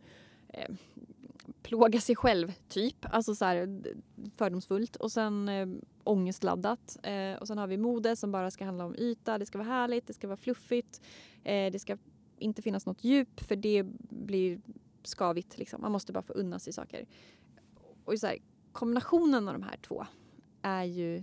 plåga sig själv typ, alltså så här fördomsfullt, och sen ångestladdat, och sen har vi mode som bara ska handla om yta, det ska vara härligt, det ska vara fluffigt, det ska inte finnas något djup, för det blir skavigt liksom. Man måste bara få unna sig saker. Och så här, kombinationen av de här två är ju,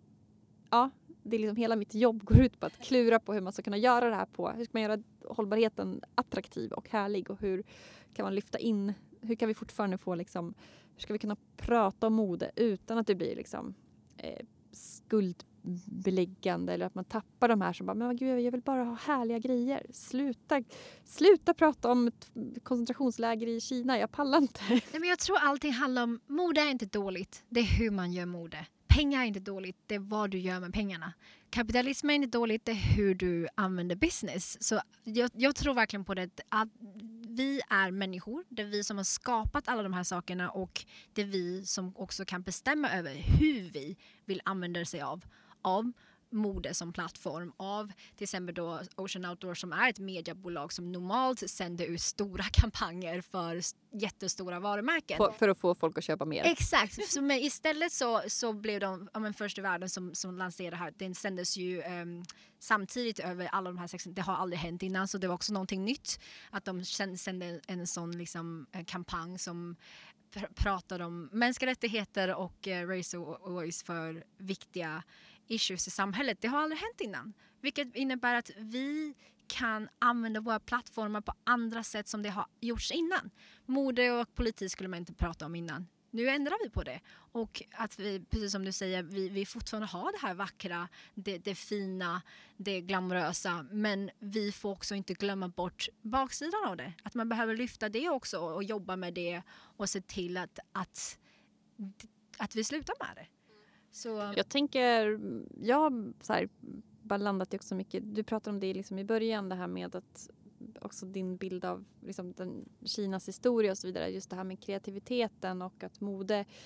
ja, det är liksom hela mitt jobb går ut på att klura på hur man ska kunna göra det här på, hur ska man göra hållbarheten attraktiv och härlig, och hur kan man lyfta in, hur kan vi fortfarande få liksom, hur ska vi kunna prata om mode utan att det blir liksom skuldbeläggande, eller att man tappar de här som bara, men gud, jag vill bara ha härliga grejer. Sluta prata om ett koncentrationsläger i Kina, jag pallar inte. Nej, men jag tror allting handlar om, mode är inte dåligt, det är hur man gör mode. Pengar är inte dåligt, det är vad du gör med pengarna. Kapitalism är inte dåligt, det är hur du använder business. Så jag tror verkligen på det, att vi är människor, det är vi som har skapat alla de här sakerna, och det är vi som också kan bestämma över hur vi vill använda sig av mode som plattform, av till exempel då Ocean Outdoor som är ett mediebolag som normalt sänder ut stora kampanjer för jättestora varumärken. För att få folk att köpa mer. Exakt, så, men istället så blev de först i världen som lanserade det här. Den sändes ju samtidigt över alla de här 16, det har aldrig hänt innan, så det var också någonting nytt att de sände en sån liksom, kampanj som pratar om mänskliga rättigheter och race och voice för viktiga issues i samhället. Det har aldrig hänt innan. Vilket innebär att vi kan använda våra plattformar på andra sätt som det har gjorts innan. Mode och politik skulle man inte prata om innan. Nu ändrar vi på det. Och att vi, precis som du säger, vi fortfarande har det här vackra, det fina, det glamorösa. Men vi får också inte glömma bort baksidan av det. Att man behöver lyfta det också och jobba med det och se till att vi slutar med det. Så. Jag tänker, jag har så här, bara landat i också mycket, du pratar om det liksom i början, det här med att också din bild av liksom Kinas historia och så vidare, just det här med kreativiteten och att mode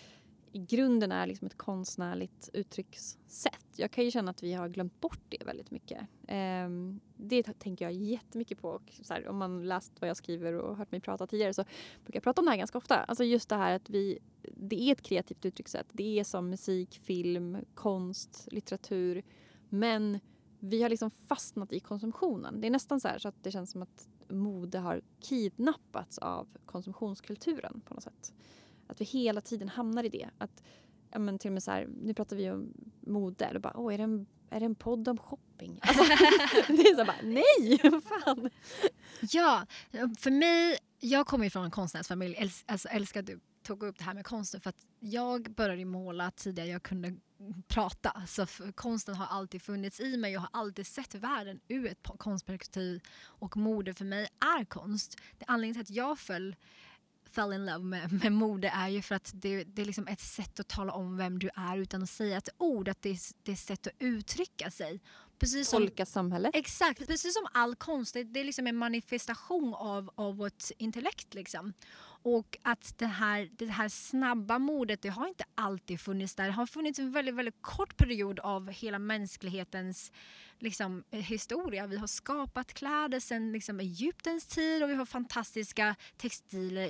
i grunden är liksom ett konstnärligt uttryckssätt. Jag kan ju känna att vi har glömt bort det väldigt mycket. Det tänker jag jättemycket på. Och så här, om man läst vad jag skriver och hört mig prata tidigare så brukar jag prata om det här ganska ofta. Alltså just det här att det är ett kreativt uttryckssätt. Det är som musik, film, konst, litteratur. Men vi har liksom fastnat i konsumtionen. Det är nästan så att det känns som att mode har kidnappats av konsumtionskulturen på något sätt. Att vi hela tiden hamnar i det. Att, ja, men till och med så här, nu pratar vi om mode. Eller bara, är det en podd om shopping? Alltså, det är så bara, nej, vad fan. Ja, för mig, jag kommer ju från en konstnärsfamilj. Älskar du tog upp det här med konsten. För att jag började måla tidigare jag kunde prata. Så konsten har alltid funnits i mig. Jag har alltid sett världen ur ett konstperspektiv. Och mode för mig är konst. Det anledningen till att jag fell in love med mode är ju för att det är liksom ett sätt att tala om vem du är utan att säga ett ord. Att det är ett sätt att uttrycka sig. Precis som, tolka samhället. Exakt, precis som all konst. Det är liksom en manifestation av vårt intellekt liksom. Och att det här snabba modet, det har inte alltid funnits där. Det har funnits en väldigt, väldigt kort period av hela mänsklighetens liksom, historia. Vi har skapat kläder sedan liksom, Egyptens tid och vi har fantastiska textiler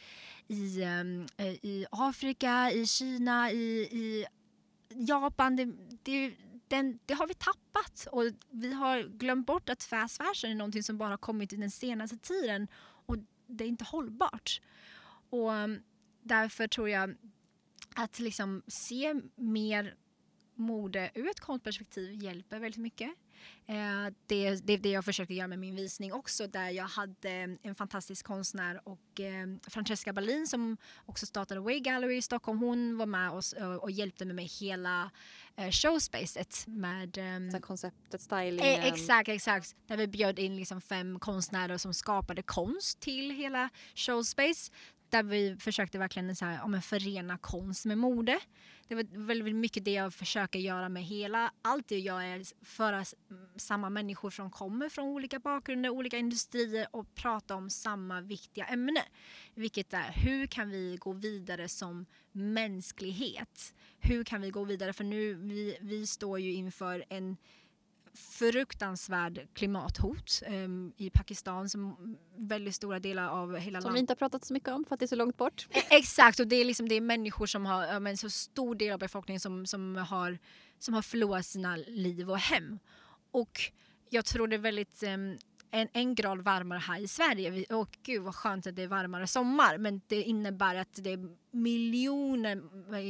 i Afrika, i Kina, i Japan. Det har vi tappat och vi har glömt bort att fast fashion är någonting som bara har kommit i den senaste tiden och det är inte hållbart. Och därför tror jag att liksom se mer mode ur ett konstperspektiv hjälper väldigt mycket. Det är det jag försökte göra med min visning också, där jag hade en fantastisk konstnär och Francesca Ballin som också startade Way Gallery i Stockholm. Hon var med och hjälpte mig med hela showspacet med konceptet, styling. Exakt. Där vi bjöd in liksom 5 konstnärer som skapade konst till hela showspace. Där vi försökte verkligen så här, förena konst med mode. Det var väldigt mycket det jag försöker göra med allt det jag är föra samma människor som kommer från olika bakgrunder, olika industrier och prata om samma viktiga ämne. Vilket är, hur kan vi gå vidare som mänsklighet? Hur kan vi gå vidare? För nu, vi står ju inför en fruktansvärd klimathot i Pakistan som väldigt stora delar av hela landet. Som vi inte har pratat så mycket om för att det är så långt bort. Exakt, och det är människor som har en så stor del av befolkningen som har förlorat sina liv och hem. Och jag tror det är väldigt en grad varmare här i Sverige. Och gud vad skönt att det är varmare sommar, men det innebär att det är miljoner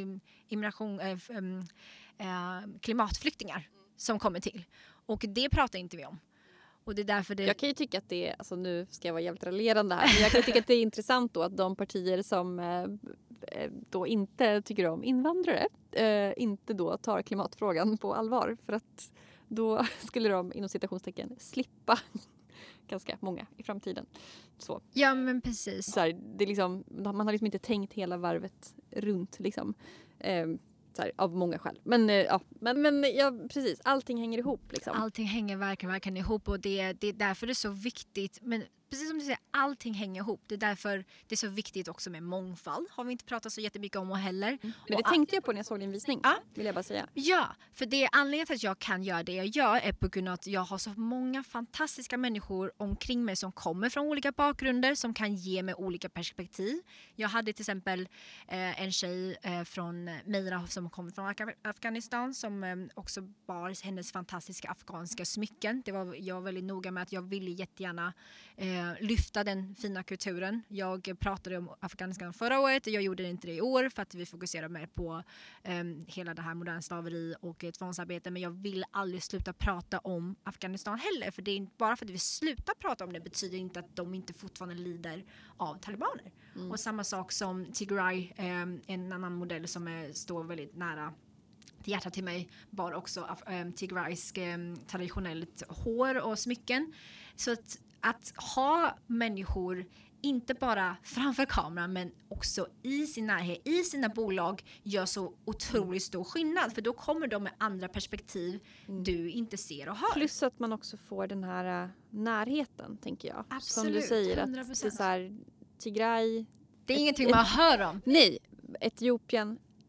klimatflyktingar som kommer till. Och det pratar inte vi om. Och det är därför Jag kan ju tycka att det är, alltså nu ska jag vara jävligt raljerande här, men jag kan tycka att det är intressant då att de partier som då inte tycker om invandrare inte då tar klimatfrågan på allvar. För att då skulle de inom citationstecken slippa ganska många i framtiden. Så. Ja, men precis. Så här, det är liksom, man har liksom inte tänkt hela varvet runt liksom. Så här, av många skäl. Men precis, allting hänger ihop liksom. Allting hänger verkligen ihop och det är därför det är så viktigt. Men precis som du säger, allting hänger ihop. Det är därför det är så viktigt också med mångfald. Har vi inte pratat så jättemycket om heller. Men det tänkte jag på när jag såg din visning. Vill jag bara säga. Ja, för det är anledningen till att jag kan göra det jag gör är på grund av att jag har så många fantastiska människor omkring mig som kommer från olika bakgrunder som kan ge mig olika perspektiv. Jag hade till exempel en tjej från Meira som kom från Afghanistan som också bar hennes fantastiska afghanska smycken. Jag var väldigt noga med att jag ville jättegärna lyfta den fina kulturen. Jag pratade om Afghanistan förra året och jag gjorde det inte det i år för att vi fokuserar mer på hela det här moderna slaveri och tvångsarbete, men jag vill aldrig sluta prata om Afghanistan heller, för det är inte bara för att vi slutar prata om det betyder inte att de inte fortfarande lider av talibaner. Och samma sak som Tigray, en annan modell som står väldigt nära till hjärtat till mig, bar också Tigraysk traditionellt hår och smycken. Så att ha människor inte bara framför kameran men också i sin närhet, i sina bolag gör så otroligt stor skillnad. För då kommer de med andra perspektiv du inte ser och hör. Plus att man också får den här närheten, tänker jag. Absolut, som du säger, 100%. Att det är så här, Tigray... Det är ingenting man hör om. Nej, Etiopien,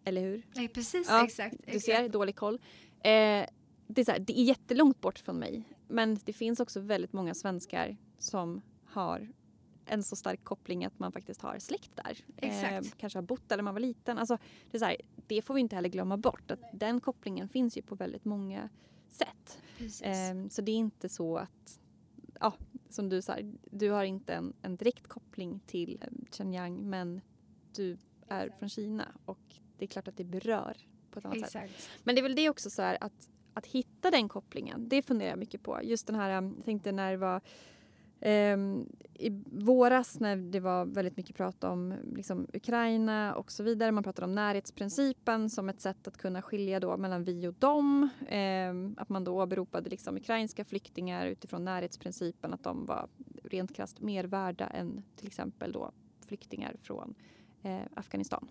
Eller hur? Nej, precis, Ja, exakt. Du ser, dålig koll. Det är jättelångt bort från mig. Men det finns också väldigt många svenskar som har en så stark koppling att man faktiskt har släkt där. Exakt. Kanske har bott där när man var liten. Alltså, det får vi inte heller glömma bort. Att den kopplingen finns ju på väldigt många sätt. Så det är inte så att, som du säger, du har inte en direkt koppling till Shenyang, men du är från Kina och det är klart att det berör på ett annat sätt. Men det är väl det också så här att hitta den kopplingen, det funderar jag mycket på. Just den här, jag tänkte när det var i våras när det var väldigt mycket prat om liksom Ukraina och så vidare. Man pratade om närhetsprincipen som ett sätt att kunna skilja då mellan vi och dem. Att man då åberopade liksom ukrainska flyktingar utifrån närhetsprincipen, att de var rent krasst mer värda än till exempel då flyktingar från Afghanistan.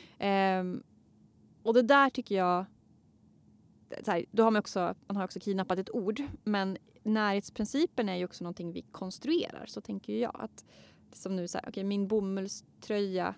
Och det där tycker jag, då har man har också kidnappat ett ord, men närhetsprincipen är ju också någonting vi konstruerar. Så tänker jag att som nu min bomullströja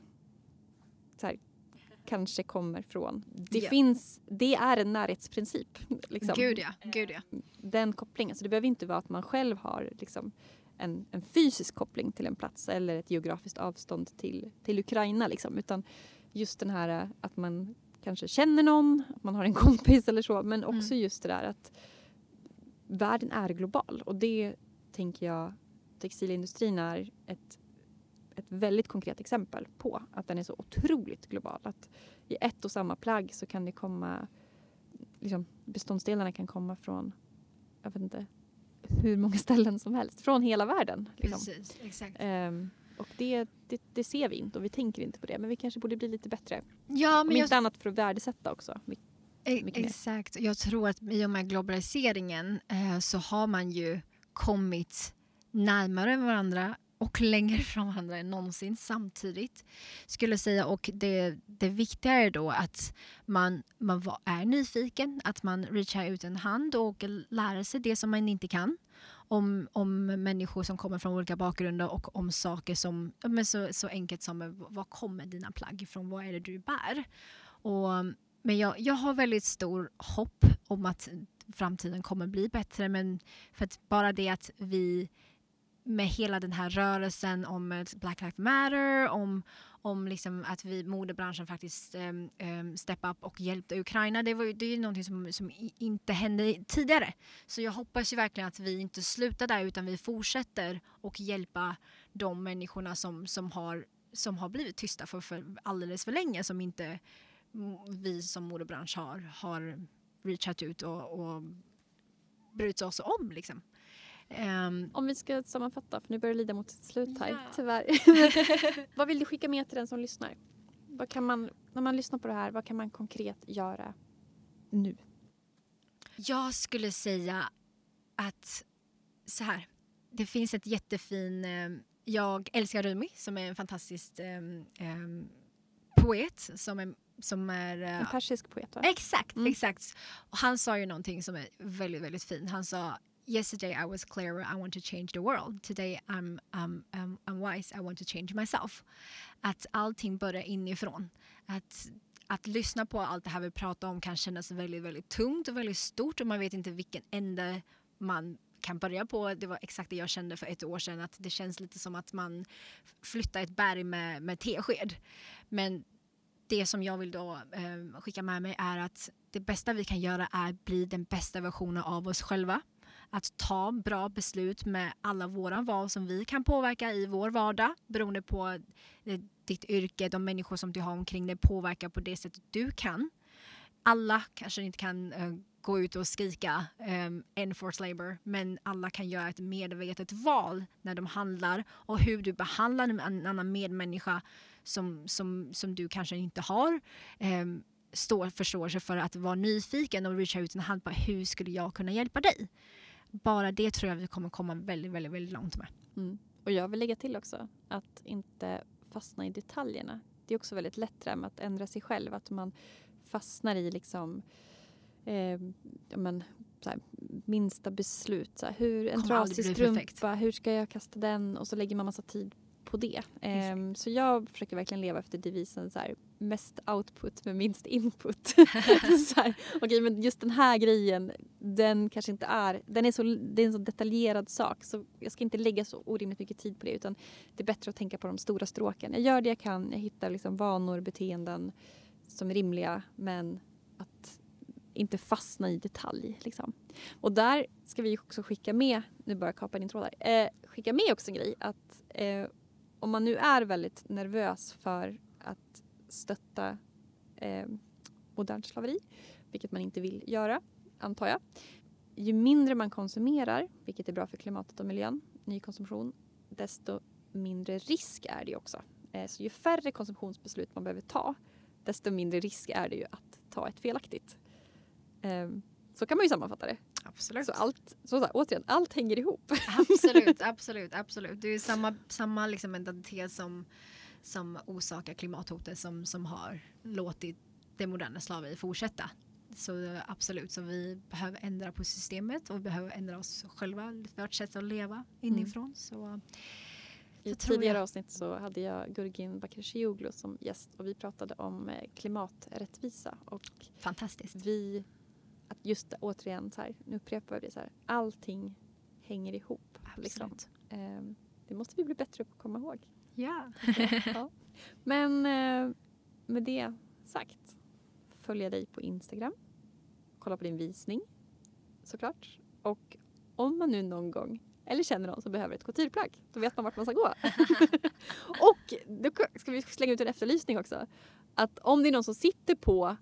kanske kommer från. Det är en närhetsprincip. Liksom. Gud ja. Den kopplingen. Så det behöver inte vara att man själv har liksom en fysisk koppling till en plats eller ett geografiskt avstånd till Ukraina. Liksom. Utan just den här att man kanske känner någon, att man har en kompis eller så. Men också just det där att världen är global. Och det tänker jag, textilindustrin är ett väldigt konkret exempel på. Att den är så otroligt global. Att i ett och samma plagg så kan det komma, liksom, beståndsdelarna kan komma från, jag vet inte, hur många ställen som helst. Från hela världen. Liksom. Precis, exakt. Och det ser vi inte och vi tänker inte på det. Men vi kanske borde bli lite bättre. Ja, men inte annat för att värdesätta också. Exakt. Jag tror att i och med globaliseringen så har man ju kommit närmare varandra och längre från varandra än någonsin samtidigt, skulle jag säga. Och det viktiga är då att man är nyfiken, att man reachar ut en hand och lär sig det som man inte kan om människor som kommer från olika bakgrunder och om saker som så enkelt som var kommer dina plagg ifrån, vad är det du bär? Men jag har väldigt stor hopp om att framtiden kommer bli bättre, men för att bara det att vi med hela den här rörelsen om Black Lives Matter, om liksom att vi modebranschen faktiskt step up och hjälpte Ukraina, det är ju någonting som inte hände tidigare. Så jag hoppas ju verkligen att vi inte slutar där utan vi fortsätter och hjälpa de människorna som har blivit tysta för alldeles för länge, som inte vi som modebransch har reachat ut och brytt oss om liksom. Om vi ska sammanfatta, för nu börjar det lida mot sitt slut här, tyvärr. Vad vill du skicka med till den som lyssnar? När man lyssnar på det här, vad kan man konkret göra nu? Jag skulle säga att så här, det finns ett jättefin, jag älskar Rumi som är en fantastisk poet som är en persisk poet, va? Exakt. Och han sa ju någonting som är väldigt, väldigt fint. Han sa: Yesterday I was clever, I want to change the world. Today I'm wise, I want to change myself. Att allting börjar inifrån. Att lyssna på allt det här vi pratar om kan kännas väldigt, väldigt tungt och väldigt stort. Och man vet inte vilken ände man kan börja på. Det var exakt det jag kände för 1 år sedan. Att det känns lite som att man flyttar ett berg med tesked. Men det som jag vill då skicka med mig är att det bästa vi kan göra är att bli den bästa versionen av oss själva. Att ta bra beslut med alla våra val som vi kan påverka i vår vardag. Beroende på ditt yrke, de människor som du har omkring dig, påverka på det sättet du kan. Alla kanske inte kan gå ut och skrika enforced labor, men alla kan göra ett medvetet val när de handlar. Och hur du behandlar en annan medmänniska som du kanske inte har förståelse för, att vara nyfiken och reacha ut en hand på hur skulle jag kunna hjälpa dig. Bara det tror jag vi kommer komma väldigt, väldigt, väldigt långt med. Och jag vill lägga till också att inte fastna i detaljerna. Det är också väldigt lätt med att ändra sig själv. Att man fastnar i liksom så här, minsta beslut. Så här, en trasig strumpa, hur ska jag kasta den? Och så lägger man massa tid på det. Så jag försöker verkligen leva efter devisen så här, mest output med minst input. Så här, okej, men just den här grejen, den kanske inte är, det är en så detaljerad sak, så jag ska inte lägga så orimligt mycket tid på det, utan det är bättre att tänka på de stora stråken. Jag gör det jag kan, jag hittar liksom vanor, beteenden som är rimliga, men att inte fastna i detalj. Liksom. Och där ska vi också skicka med, nu börjar jag kapa din tråd där, skicka med också en grej att om man nu är väldigt nervös för att stötta modernt slaveri, vilket man inte vill göra, antar jag. Ju mindre man konsumerar, vilket är bra för klimatet och miljön, ny konsumtion, desto mindre risk är det också. Så ju färre konsumtionsbeslut man behöver ta, desto mindre risk är det ju att ta ett felaktigt. Så kan man ju sammanfatta det. Absolut. Återigen, allt hänger ihop. Absolut. Det är ju samma liksom mentalitet som orsakar klimathotet som har låtit det moderna slaveriet fortsätta. Så absolut, så vi behöver ändra på systemet och vi behöver ändra oss själva, vårt sätt att leva inifrån. Så i ett tidigare avsnitt så hade jag Gurgin Bakircioglu som gäst och vi pratade om klimaträttvisa. Och fantastiskt. Att just återigen så här, nu upprepar vi det så här, allting hänger ihop. Liksom. Det måste vi bli bättre på att komma ihåg. Ja. Ja. Men med det sagt, följa dig på Instagram. Kolla på din visning, såklart. Och om man nu någon gång, eller känner någon som behöver ett coutureplagg, då vet man vart man ska gå. Och då ska vi slänga ut en efterlysning också. Att om det är någon som sitter på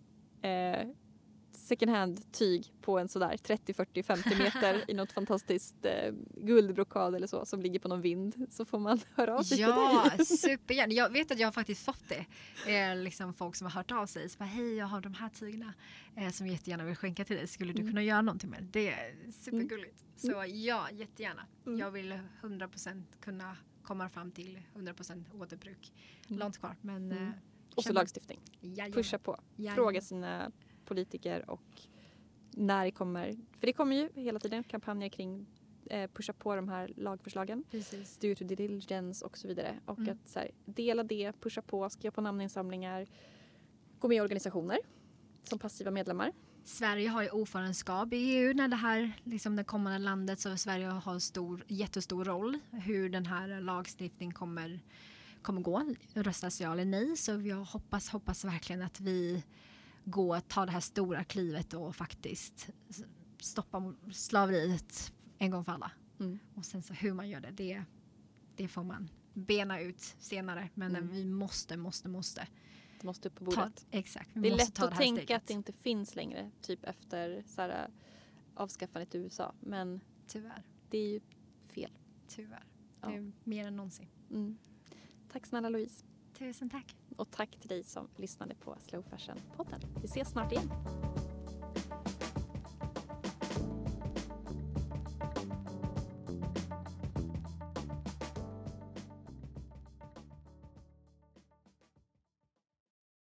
second hand-tyg på en sådär 30, 40, 50 meter i något fantastiskt guldbrokad eller så som ligger på någon vind, så får man höra av sig till dig. Ja, supergärna. Jag vet att jag har faktiskt fått det. Liksom folk som har hört av sig. Så bara, hej, jag har de här tygerna som jag jättegärna vill skänka till dig. Skulle du kunna göra någonting med det? Det är supergulligt. Så ja, jättegärna. Jag vill 100% kunna komma fram till 100% återbruk. Långt kvar. Men, och så lagstiftning. Jajamän. Pusha på. Fråga sina politiker och när det kommer, för det kommer ju hela tiden kampanjer kring pusha på de här lagförslagen. Precis. Due to diligence och så vidare. Och att så här, dela det, pusha på, skriva på namninsamlingar, gå med i organisationer som passiva medlemmar. Sverige har ju ordförandeskap i EU när det här, liksom det kommande landet, så Sverige har jättestor roll hur den här lagstiftningen kommer gå. Röstas ja eller nej, så jag hoppas verkligen att vi ta det här stora klivet och faktiskt stoppa slaveriet en gång för alla. Och sen så hur man gör det får man bena ut senare. Men vi måste. Det måste upp på bordet. Exakt. Det är lätt att tänka att det inte finns längre, typ efter så här, avskaffandet i USA. Men tyvärr. Det är ju fel. Tyvärr. Det är mer än någonsin. Tack snälla Louise. Tusen tack. Och tack till dig som lyssnade på Slow Fashion-podden. Vi ses snart igen.